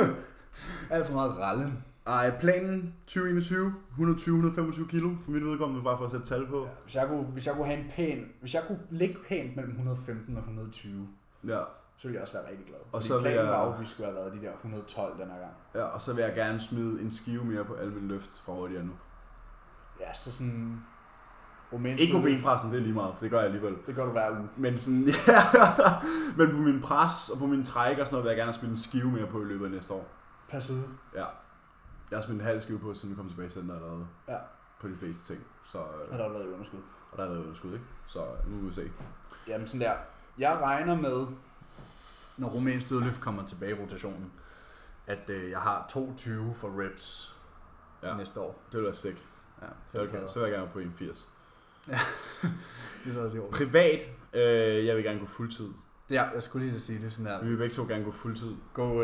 alt for meget rallen. Ej, planen 2021, 120-125 kilo, for mit vedkommende, bare for at sætte tal på. Ja, hvis jeg kunne ligge pænt mellem 115 og 120, ja. Så ville jeg også være rigtig glad. Og så planen var jo, at vi skulle have været de der 112 den her gang. Ja, og så vil jeg gerne smide en skive mere på alle mine løft fra hvor de er nu. Ja, så sådan... Ikke på benpressen, det er lige meget, for det gør jeg alligevel. Det gør du hver uge. Men sådan, ja, men på min pres og på min træk og sådan noget, vil jeg gerne smide en skive mere på i løbet af næste år. Per side? Ja. Jeg har smidt en halv skive på, siden vi kom tilbage i center allerede. Ja. På de fleste ting. Så, og der har været i underskud. Og der har været underskud, ikke? Så nu vil vi se. Jamen sådan der. Jeg regner med, når rumænsk dødløft kommer tilbage i rotationen, at jeg har 22 for reps næste år. Det vil være sick. Ja, så vil jeg gerne på 81. Ja, det er det. Privat, jeg vil gerne gå fuldtid. Ja, jeg skulle lige så sige det sådan der. Vi vil begge to gerne gå fuldtid.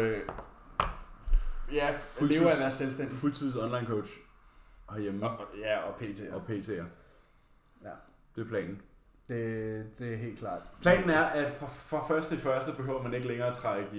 Ja, leve af at være selvstændig. Fuldtids online coach herhjemme. Og PT'er. Og PT'er. Ja. Det er planen. Det er helt klart. Planen er, at fra første til første behøver man ikke længere trække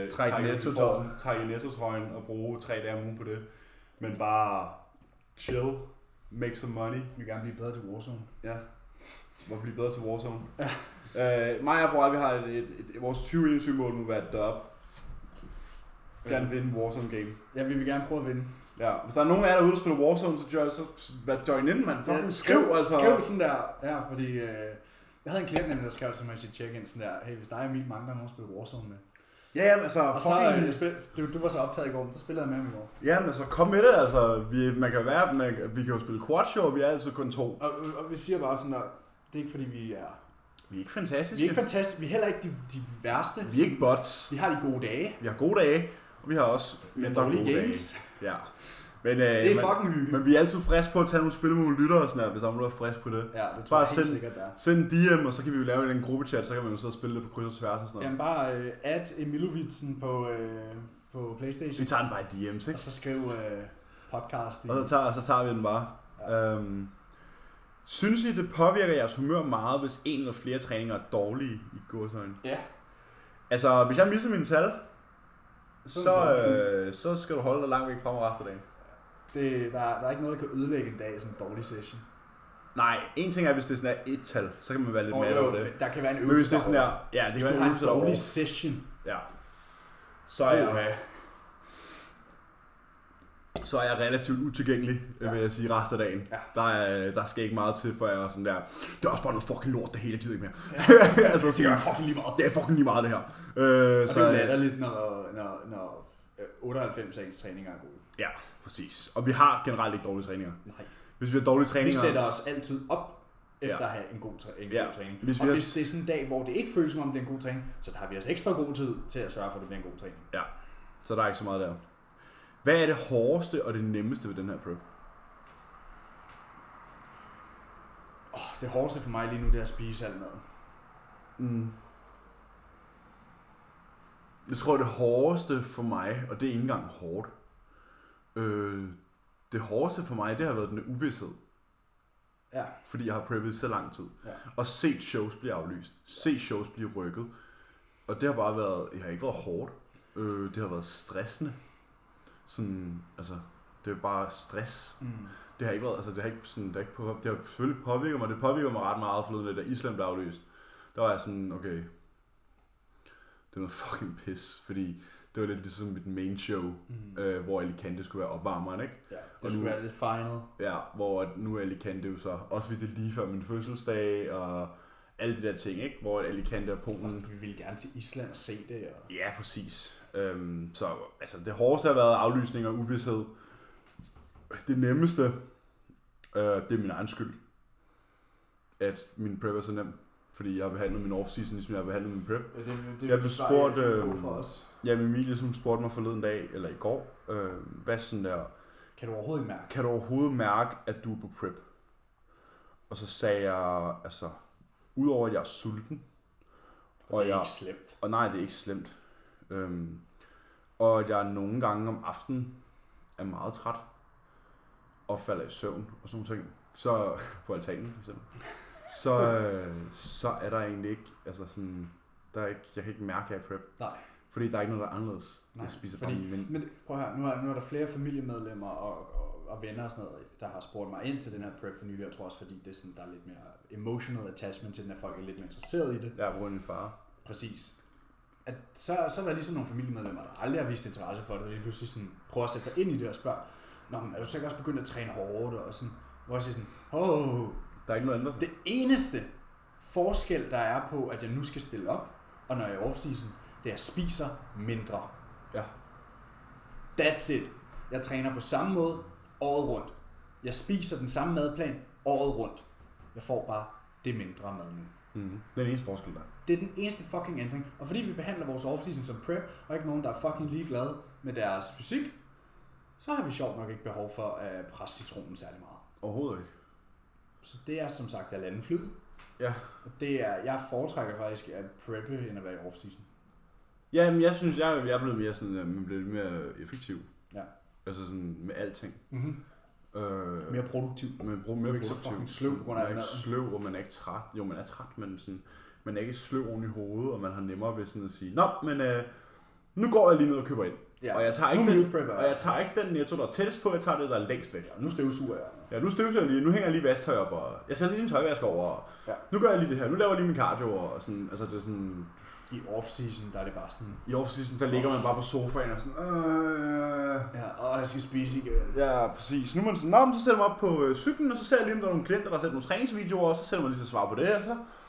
i nettotrøjen og bruge 3 dage om ugen på det. Men bare chill, make some money. Vi vil gerne blive bedre til Warzone. Ja, må blive bedre til Warzone. Ja. Mig og Bror, vi har vores 2021 mål må være dub. Gerne vinde Warzone game. Ja, vi vil gerne prøve at vinde. Ja, hvis der er nogen af jer derude, der spiller Warzone, så join in, man. Fucking skriv, altså. Skriv sådan der, ja, fordi Jeg havde en klient, der skrev til mig i sit check-in sådan der, hey, hvis dig og Emil mangler nogen at spille Warzone med. Ja, jamen, altså... Og så, du var så optaget i går, men så spillede jeg med ham i går. Ja, men så kom med det, altså. Vi kan jo spille quad show, og vi er altid kun 2. Og vi siger bare sådan der, det er ikke fordi vi er... Vi er ikke fantastiske. Vi er ikke fantastiske, vi er heller ikke de værste. Vi er ikke bots. Vi har de gode dage. Vi har gode dage, og vi har også dårlige games. Dage. Ja. Men, det er fucking hygge. Men vi er altid friske på at tage nogle spil med nogle lyttere og sådan her, hvis der er nogen, der er frisk på det. Ja, det tror jeg helt sikkert, der. Send DM, og så kan vi jo lave en gruppechat, så kan man jo sidde og spille det på kryds og tværs og sådan noget. Jamen bare add Emilovitsen på PlayStation. Vi tager den bare i DM's, ikke? Og så skriv podcast. Og så tager vi den bare. Ja. Synes I, det påvirker jeres humør meget, hvis en eller flere træninger er dårlige i gåseøjne? Ja. Altså, hvis jeg misser mine tal, så skal du holde dig langt væk fra mig resten af dagen. Der er ikke noget, der kan ødelægge en dag i sådan en dårlig session. Nej, en ting er, hvis det sådan er et tal, så kan man være lidt mere over det. Der kan være en øvelse. Men hvis det er sådan her, ja, det kan være en øvelse en dårlig session. Ja. Så er jeg relativt utilgængelig, vil jeg sige, resten af dagen. Ja. Der skal ikke meget til, for jeg er sådan der, det er også bare noget fucking lort, det hele, jeg gider ikke mere. Ja. Altså, det er fucking lige meget. Det er fucking lige meget, det her. Og så det er jo latterligt, når 98 af ens træninger er gode. Ja, præcis. Og vi har generelt ikke dårlige træninger. Nej. Hvis vi har dårlige træninger... Vi sætter os altid op efter at have en god træning. Hvis det er sådan en dag, hvor det ikke føles som om det er en god træning, så tager vi os ekstra god tid til at sørge for, at det bliver en god træning. Ja, så der er ikke så meget der. Hvad er det hårdeste og det nemmeste ved den her prep? Det hårdeste for mig lige nu, det er at spise alt maden. Jeg tror, det hårdeste for mig, og det er ikke engang hårdt, det hårdeste for mig, det har været den uvished. Ja. Fordi jeg har preppet så lang tid. Ja. Og set shows blive aflyst. Set shows blive rykket. Og det har bare været, det har ikke været hårdt. Det har været stressende. Sådan, altså, det er bare stress. Det har ikke været, altså det har ikke sådan, det har selvfølgelig påvirket mig. Det påvirker mig ret meget forleden, da Island blev aflyst. Der var jeg sådan, okay, det er noget fucking pis, fordi det var lidt ligesom mit main show, hvor Alicante skulle være opvarmeren, ikke? Ja, det skulle være lidt final. Ja, hvor nu er Alicante jo så, også fordi det er lige før min fødselsdag, og alle de der ting, ikke? Hvor Alicante og Polen... Vi ville gerne til Island og se det. Og... Ja, præcis. Så altså, det hårdeste har været aflysning og uvished. Det nemmeste, det er min egen skyld, at min prep er så nem. Fordi jeg har behandlet min off-season, ligesom jeg har behandlet min prep. Jeg blev spurgt, Emilie som spurgte mig forleden dag, eller i går, hvad sådan der... Kan du overhovedet mærke? Kan du overhovedet mærke, at du er på prep? Og så sagde jeg, altså, udover at jeg er sulten... Og det er ikke slemt. Og nej, det er ikke slemt. Og at jeg nogle gange om aftenen er meget træt, og falder i søvn, og sådan nogle ting. Så på altanen, for eksempel. Så er der egentlig ikke, altså sådan, der er ikke, jeg kan ikke mærke, at jeg er prep. Nej. Fordi der er ikke noget, der er anderledes. Nej, jeg spiser bare min ven. Men prøv her, nu er der flere familiemedlemmer og venner og sådan noget, der har spurgt mig ind til den her prep for nylig. Jeg tror også, fordi det er sådan, der er lidt mere emotional attachment til den, at folk er lidt mere interesseret i det. Ja, på grund af min far. Præcis. At så er der ligesom nogle familiemedlemmer, der aldrig har vist interesse for det, og lige pludselig sådan, prøver at sætte sig ind i det og spørge, nå, men er du sikkert også begyndt at træne hårdt, og sådan, hvor jeg siger sådan, der er ikke noget andet. Det eneste forskel, der er på, at jeg nu skal stille op, og når jeg er off-season, det er, at jeg spiser mindre. Ja. That's it. Jeg træner på samme måde året rundt. Jeg spiser den samme madplan året rundt. Jeg får bare det mindre mad nu. Det er den eneste forskel der. Det er den eneste fucking ændring. Og fordi vi behandler vores off-season som prep, og ikke nogen, der er fucking ligeglade med deres fysik, så har vi sjovt nok ikke behov for at presse citronen særlig meget. Overhovedet ikke. Så det er som sagt at lande flyd. Ja. Jeg foretrækker faktisk at preppe end at være i off-season. Ja, men jeg synes, jeg er blevet mere sådan, man bliver lidt mere effektiv. Ja. Altså sådan med alting. Mere produktiv. Mere produktiv. Så fucking sløv på grund af man er ikke sløv, og man er ikke træt. Jo, man er træt, men sådan, man er ikke sløv oven i hovedet, og man har nemmere ved sådan at sige, nå, men nu går jeg lige ned og køber ind. Ja. Og jeg tager ikke den netto, der er tættest på, jeg tager det, der er længst væk. Ja, nu støvsuger jeg. Ja, nu støvsuger jeg lige, nu hænger jeg lige vasktøj op, og jeg sætter lige en tøjvask over, og nu gør jeg lige det her, nu laver jeg lige min cardio, og sådan, altså det er sådan... I off-season, der er det bare sådan... I off-season, der ligger man bare på sofaen og sådan... Ja, jeg skal spise igen. Ja, præcis. Nu er man sådan, nå, så sætter man op på cyklen, og så ser jeg lige, om der er nogle klienter, der har sat nogle træningsvideoer, og så sætter man lige så svar på det, og så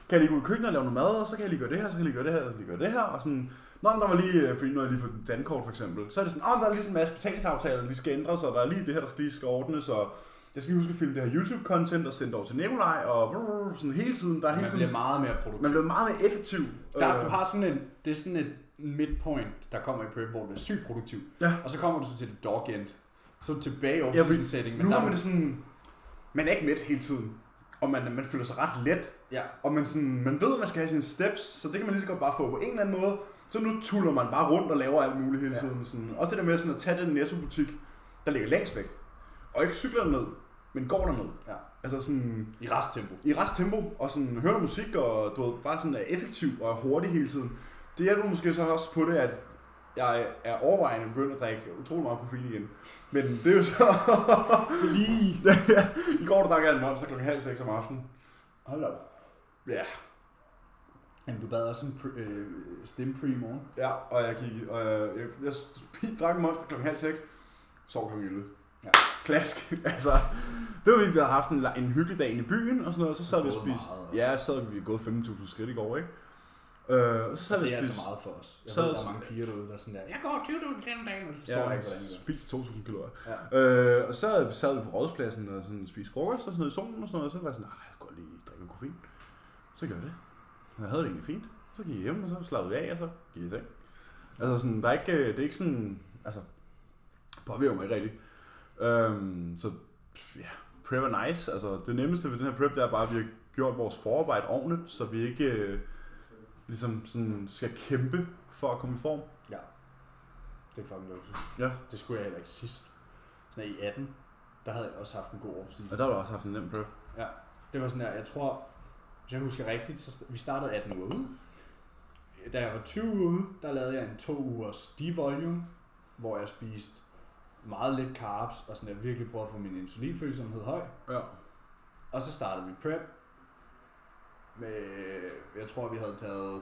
kan jeg lige gå ud i køkkenet og lave noget mad, og så kan jeg lige gøre det her, så kan jeg lige gøre det her, og lige gøre det her, og sådan, nå, der var lige, fordi nu har jeg lige fået et dankort for eksempel, så er det sådan, der er lige sådan en masse betalingsaftaler, der lige skal ændres, og der er lige det her, der lige skal ordnes, og jeg skal huske at filme det her YouTube-content og sende det over til Nikolaj, og sådan hele tiden, der er hele tiden... Man bliver meget mere produktiv. Man bliver meget mere effektiv. Du har det er sådan et midpoint, der kommer i prep, hvor du er sygt produktiv, og så kommer du så til det dog end, så er du tilbage i off-season setting. Men nu har man det sådan, man er ikke mæt hele tiden, og man føler sig ret let, og man ved, at man skal have sine steps, så det kan man lige så godt bare få på en eller anden måde. Så nu tuller man bare rundt og laver alt muligt hele tiden. Sådan. Også det der med sådan at tage den Netto-butik, der ligger længst væk, og ikke cykler ned, men går derned. Ja. Altså sådan... I resttempo. I resttempo, og sådan hører noget musik, og du ved, bare sådan er effektiv og er hurtig hele tiden. Det hjælper måske så også på det, at jeg er overvejende begyndt at drikke utrolig meget koffein igen. Men det er jo så... Lige! I går der drak jeg en Monster kl. 5:30 om aftenen. Hold op. Ja. Men du bad også en stim pre i morgen. Ja, og jeg drak en Monster kl. 5:30, sov kl. 11. Ja. Klask. Altså, det var vi havde haft en hyggelig dag i byen og sådan noget, og så sad vi og spiste. Ja, så havde vi gået 15.000 skridt i går, ikke? Og så sad vi det er altså meget for os. Jeg ved, der er mange piger derude, der er sådan der, jeg går 20.000 skridt om dagen, og det forstår jeg ikke, hvordan det er. Spiste 2.000 kalorier. Ja. Og så sad vi på Rådspladsen og sådan spiste frokost og sådan noget i solen og sådan noget, og så var jeg sådan, jeg kan godt lige drikke koffein. Så gør jeg det. Jeg havde det egentlig fint. Så gik jeg hjem, og så slappede jeg af, og så gik jeg i seng. Altså sådan, det er ikke sådan, altså, påvirker mig ikke rigtigt. Så ja, prep er nice. Altså, det nemmeste ved den her prep, det er bare, at vi har gjort vores forarbejde ordentligt, så vi ikke ligesom sådan skal kæmpe for at komme i form. Ja, det er fucking luksus. Ja. Det skulle jeg heller ikke sidst. Sådan i 18, der havde jeg også haft en god off-season. Og der har du også haft en nem prep. Ja, det var sådan der, jeg tror, hvis jeg husker rigtigt, så vi startede 18 uger ude. Da jeg var 20 uger ude, der lavede jeg en 2 ugers devolume, hvor jeg spiste meget lidt carbs, og sådan der virkelig prøvede at få min insulinfølsomhed høj. Ja. Og så startede vi prep. Med, jeg tror, vi havde taget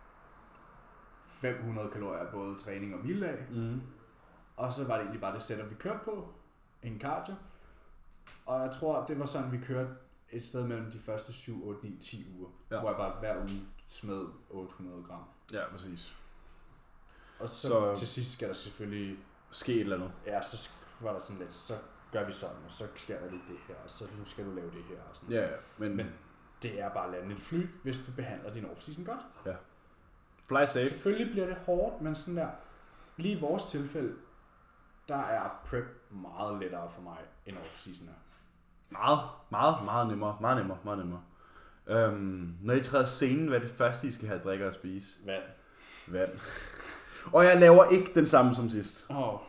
500 kalorier både træning og hviledag. Og så var det egentlig bare det setup, vi kørte på. En cardio. Og jeg tror, det var sådan, vi kørte et sted mellem de første 7, 8, 9, 10 uger. Ja. Hvor jeg bare hver uge smed 800 gram. Ja, præcis. Og så til sidst skal der selvfølgelig ske et eller andet. Ja, så var der sådan lidt, så gør vi sådan, og så sker der lidt det her, og så nu skal du lave det her. Og sådan. Ja, men det er bare at lande et fly, hvis du behandler din off-season godt. Ja. Fly safe. Selvfølgelig bliver det hårdt, men sådan der, lige i vores tilfælde, der er prep meget lettere for mig, end off-season er. Meget nemmere. Når I træder scenen, hvad er det første, I skal have at drikke og spise? Vand. Og jeg laver ikke den samme som sidst.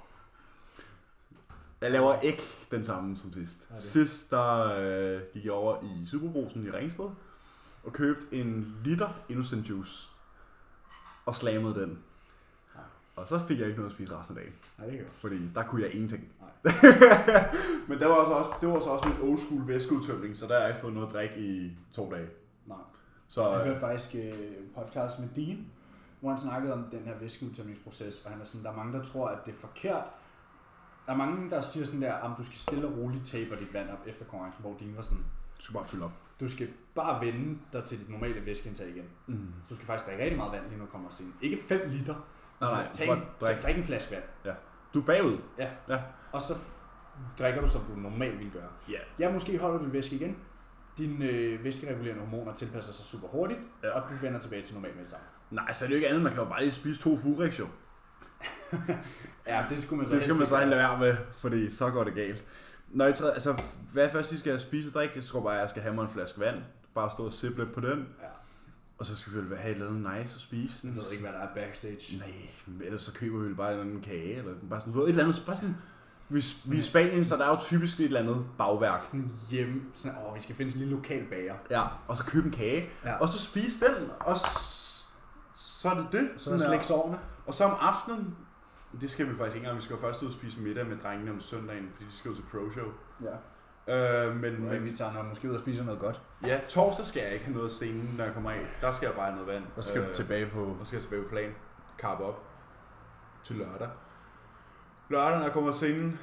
Jeg laver ikke den samme som sidst. Sidst, der gik jeg over i Superbrusen i Ringsted og købte en liter Innocent Juice og slammede den. Ja. Og så fik jeg ikke noget at spise resten af dagen. Nej, det fordi der kunne jeg ingenting. Men det var så også min old school væskeudtømning, så der har jeg ikke fået noget at drikke i 2 dage. Nej. Så jeg hørte faktisk podcast med Dean, hvor han snakkede om den her væskeudtømningsproces, og han er sådan, der er mange, der tror, at det er forkert. Der er mange, der siger sådan der, at du skal stille og roligt taper dit vand op efter konkurrencen, hvor Dean var sådan, du skal bare fylde op. Du skal bare vende dig til dit normale væskeindtag igen. Så du skal faktisk drikke rigtig meget vand lige nu kommer scenen. Ikke 5 liter. Drik en flaske vand. Ja. Du er bagud. Ja. Og så drikker du, som du normalt ville gøre. Yeah. Ja, måske holder du din væske igen. Dine væskeregulerende hormoner tilpasser sig super hurtigt, og du vender tilbage til normalt med det samme. Nej, så er det jo ikke andet. Man kan jo bare lige spise 2 Furex jo. Ja, det skulle man så. Det skal man så lade være med, fordi så går det galt. Når I træder, altså, hvad først I skal spise og drikke, det tror bare, at jeg skal have mig en flaske vand. Bare stå og sippe lidt på den. Ja. Og så skal vi vel have et eller andet nice at spise. Jeg ved ikke, hvad der er backstage. Nej, men ellers så køber vi bare en eller anden kage, eller bare sådan et eller andet. Bare sådan, vi er i Spanien, så der er jo typisk et eller andet bagværk. Sådan hjemme, sådan, vi skal finde sådan en lille lokal bager. Ja, og så købe en kage, og så spise den, og så er det det. Så slække soverne. Og så om aftenen, det skal vi faktisk ikke engang, vi skal jo først ud og spise middag med drengene om søndagen, fordi de skal jo til pro-show. Ja. Men vi tager måske ud og spiser noget godt. Ja, torsdag skal jeg ikke have noget af scenen, når jeg kommer af. Der skal jeg bare have noget vand. Der skal du tilbage på. Der skal jeg tilbage på plan. Carb op. Til lørdag. Lørdag, når jeg kommer af scenen,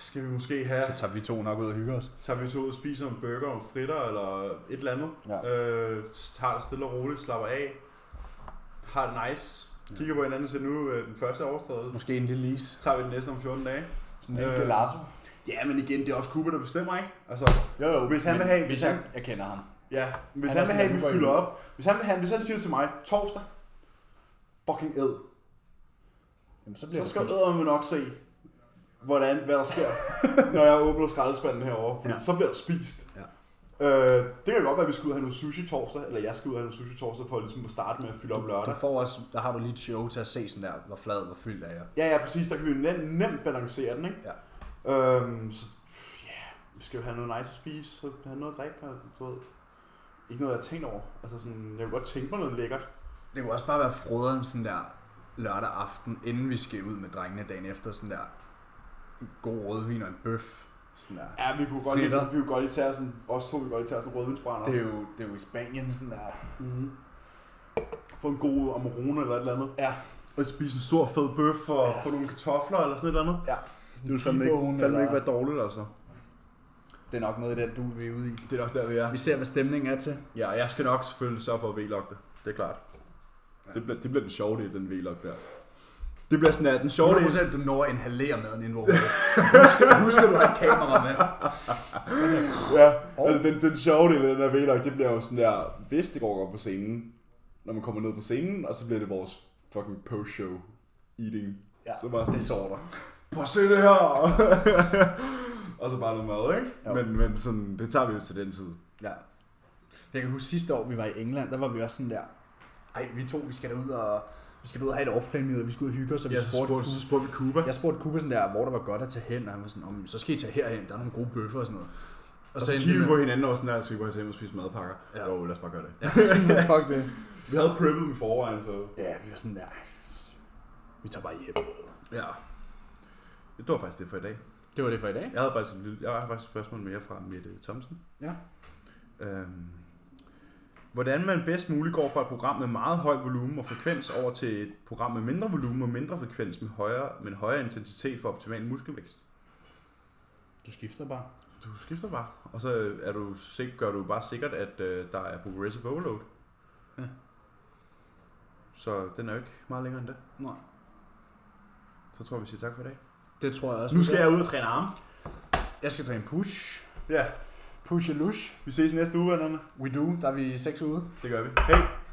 skal vi måske have... Så tager vi 2 nok ud og hygger os. Tager vi 2 ud og spiser en burger og en fritter eller et eller andet. Ja. Tager det stille og roligt, slapper af. Har det nice. Kigger på hinanden til nu den første årstræde. Måske en lille is. Tager vi den næste om 14 dage. Sådan en lille gelato. Ja, men igen, det er også Cooper, der bestemmer, ikke? Altså, Jo, hvis han vil have... Hvis jeg kender ham. Ja, hvis han vil have, at vi fylder op. Hvis han siger til mig, torsdag, fucking æd. Jamen, så skal æderne nok se, hvad der sker, når jeg åbner skraldespanden herovre. Fordi så bliver det spist. Ja. Det kan godt være, at vi skal ud og have noget sushi torsdag, eller jeg skal ud og have noget sushi torsdag, for ligesom at starte med at fylde op lørdag. Du får også, der har du lige et show til at se sådan der, hvor flad, hvor fyldt er jeg. Ja, præcis. Der kan vi jo nemt balancere den, ikke? Ja. Så ja, vi skal jo have noget nice at spise, så have noget at drikke, og du ved, ikke noget, jeg har tænkt over. Altså sådan, jeg kunne godt tænke mig noget lækkert. Det kunne også bare være froderen sådan der lørdag aften, inden vi skal ud med drengene dagen efter, sådan der en god rødvin og en bøf. Sådan der. Ja, vi kunne godt lige tage sådan, os to vi godt lige tage sådan en rødvinsbrænder. Det er jo i Spanien sådan der. Mm-hmm. Få en god amarone eller et eller andet. Ja. Og spise en stor fed bøf og få nogle kartofler eller sådan et eller andet. Ja. Det vil fandme ikke være dårligt, altså. Det er nok noget af den, vi er ude i. Det er nok der, vi er. Vi ser, hvad stemningen er til. Ja, og jeg skal nok selvfølgelig sørge for at vlogge det. Det er klart. Ja. Det bliver den sjove del, den vlog der. Det bliver sådan, at den sjove del... at du når at inhalere maden inden hvor husk at du har et kamera med. Ja, altså den sjove del af den her vlog, det bliver jo sådan der, hvis det går godt på scenen, når man kommer ned på scenen, og så bliver det vores fucking post-show eating. Ja, så bare sådan, det sorter. Prøv at se det her! Og så bare noget mad, ikke? Men sådan, det tager vi jo til den tid. Ja. Jeg kan huske sidste år, vi var i England, der var vi også sådan der, vi skal derud og have et off-plan-møde, og vi skulle ud og hygge os, så så spurgte vi Cuba. Jeg spurgte Cuba sådan der, hvor der var godt at tage hen, og han var sådan, så skal I tage herhen, der er nogle gode bøffer og sådan noget. Og så kiggede vi på hinanden og sådan der, så vi bare tage hen og spise madpakker. Ja. Jo, lad os bare gøre det. Ja. Fuck det. Vi havde preppet dem i forvejen, så... Ja, vi var sådan der, vi tager bare hjem. Ja. Det var faktisk det for i dag. Det var det for i dag? Jeg har faktisk et spørgsmål mere fra Mette Thomsen. Ja. Hvordan man bedst muligt går fra et program med meget høj volumen og frekvens over til et program med mindre volumen og mindre frekvens med højere intensitet for optimal muskelvækst? Du skifter bare. Og så gør du bare sikkert, at der er progressive overload. Ja. Så den er jo ikke meget længere end det. Nej. Så tror jeg, vi siger tak for i dag. Det tror jeg også. Nu skal jeg ud og træne arme. Jeg skal træne push. Ja. Push og lush. Vi ses næste uge, vennerne. We do. Der er vi 6 ude. Det gør vi. Hej.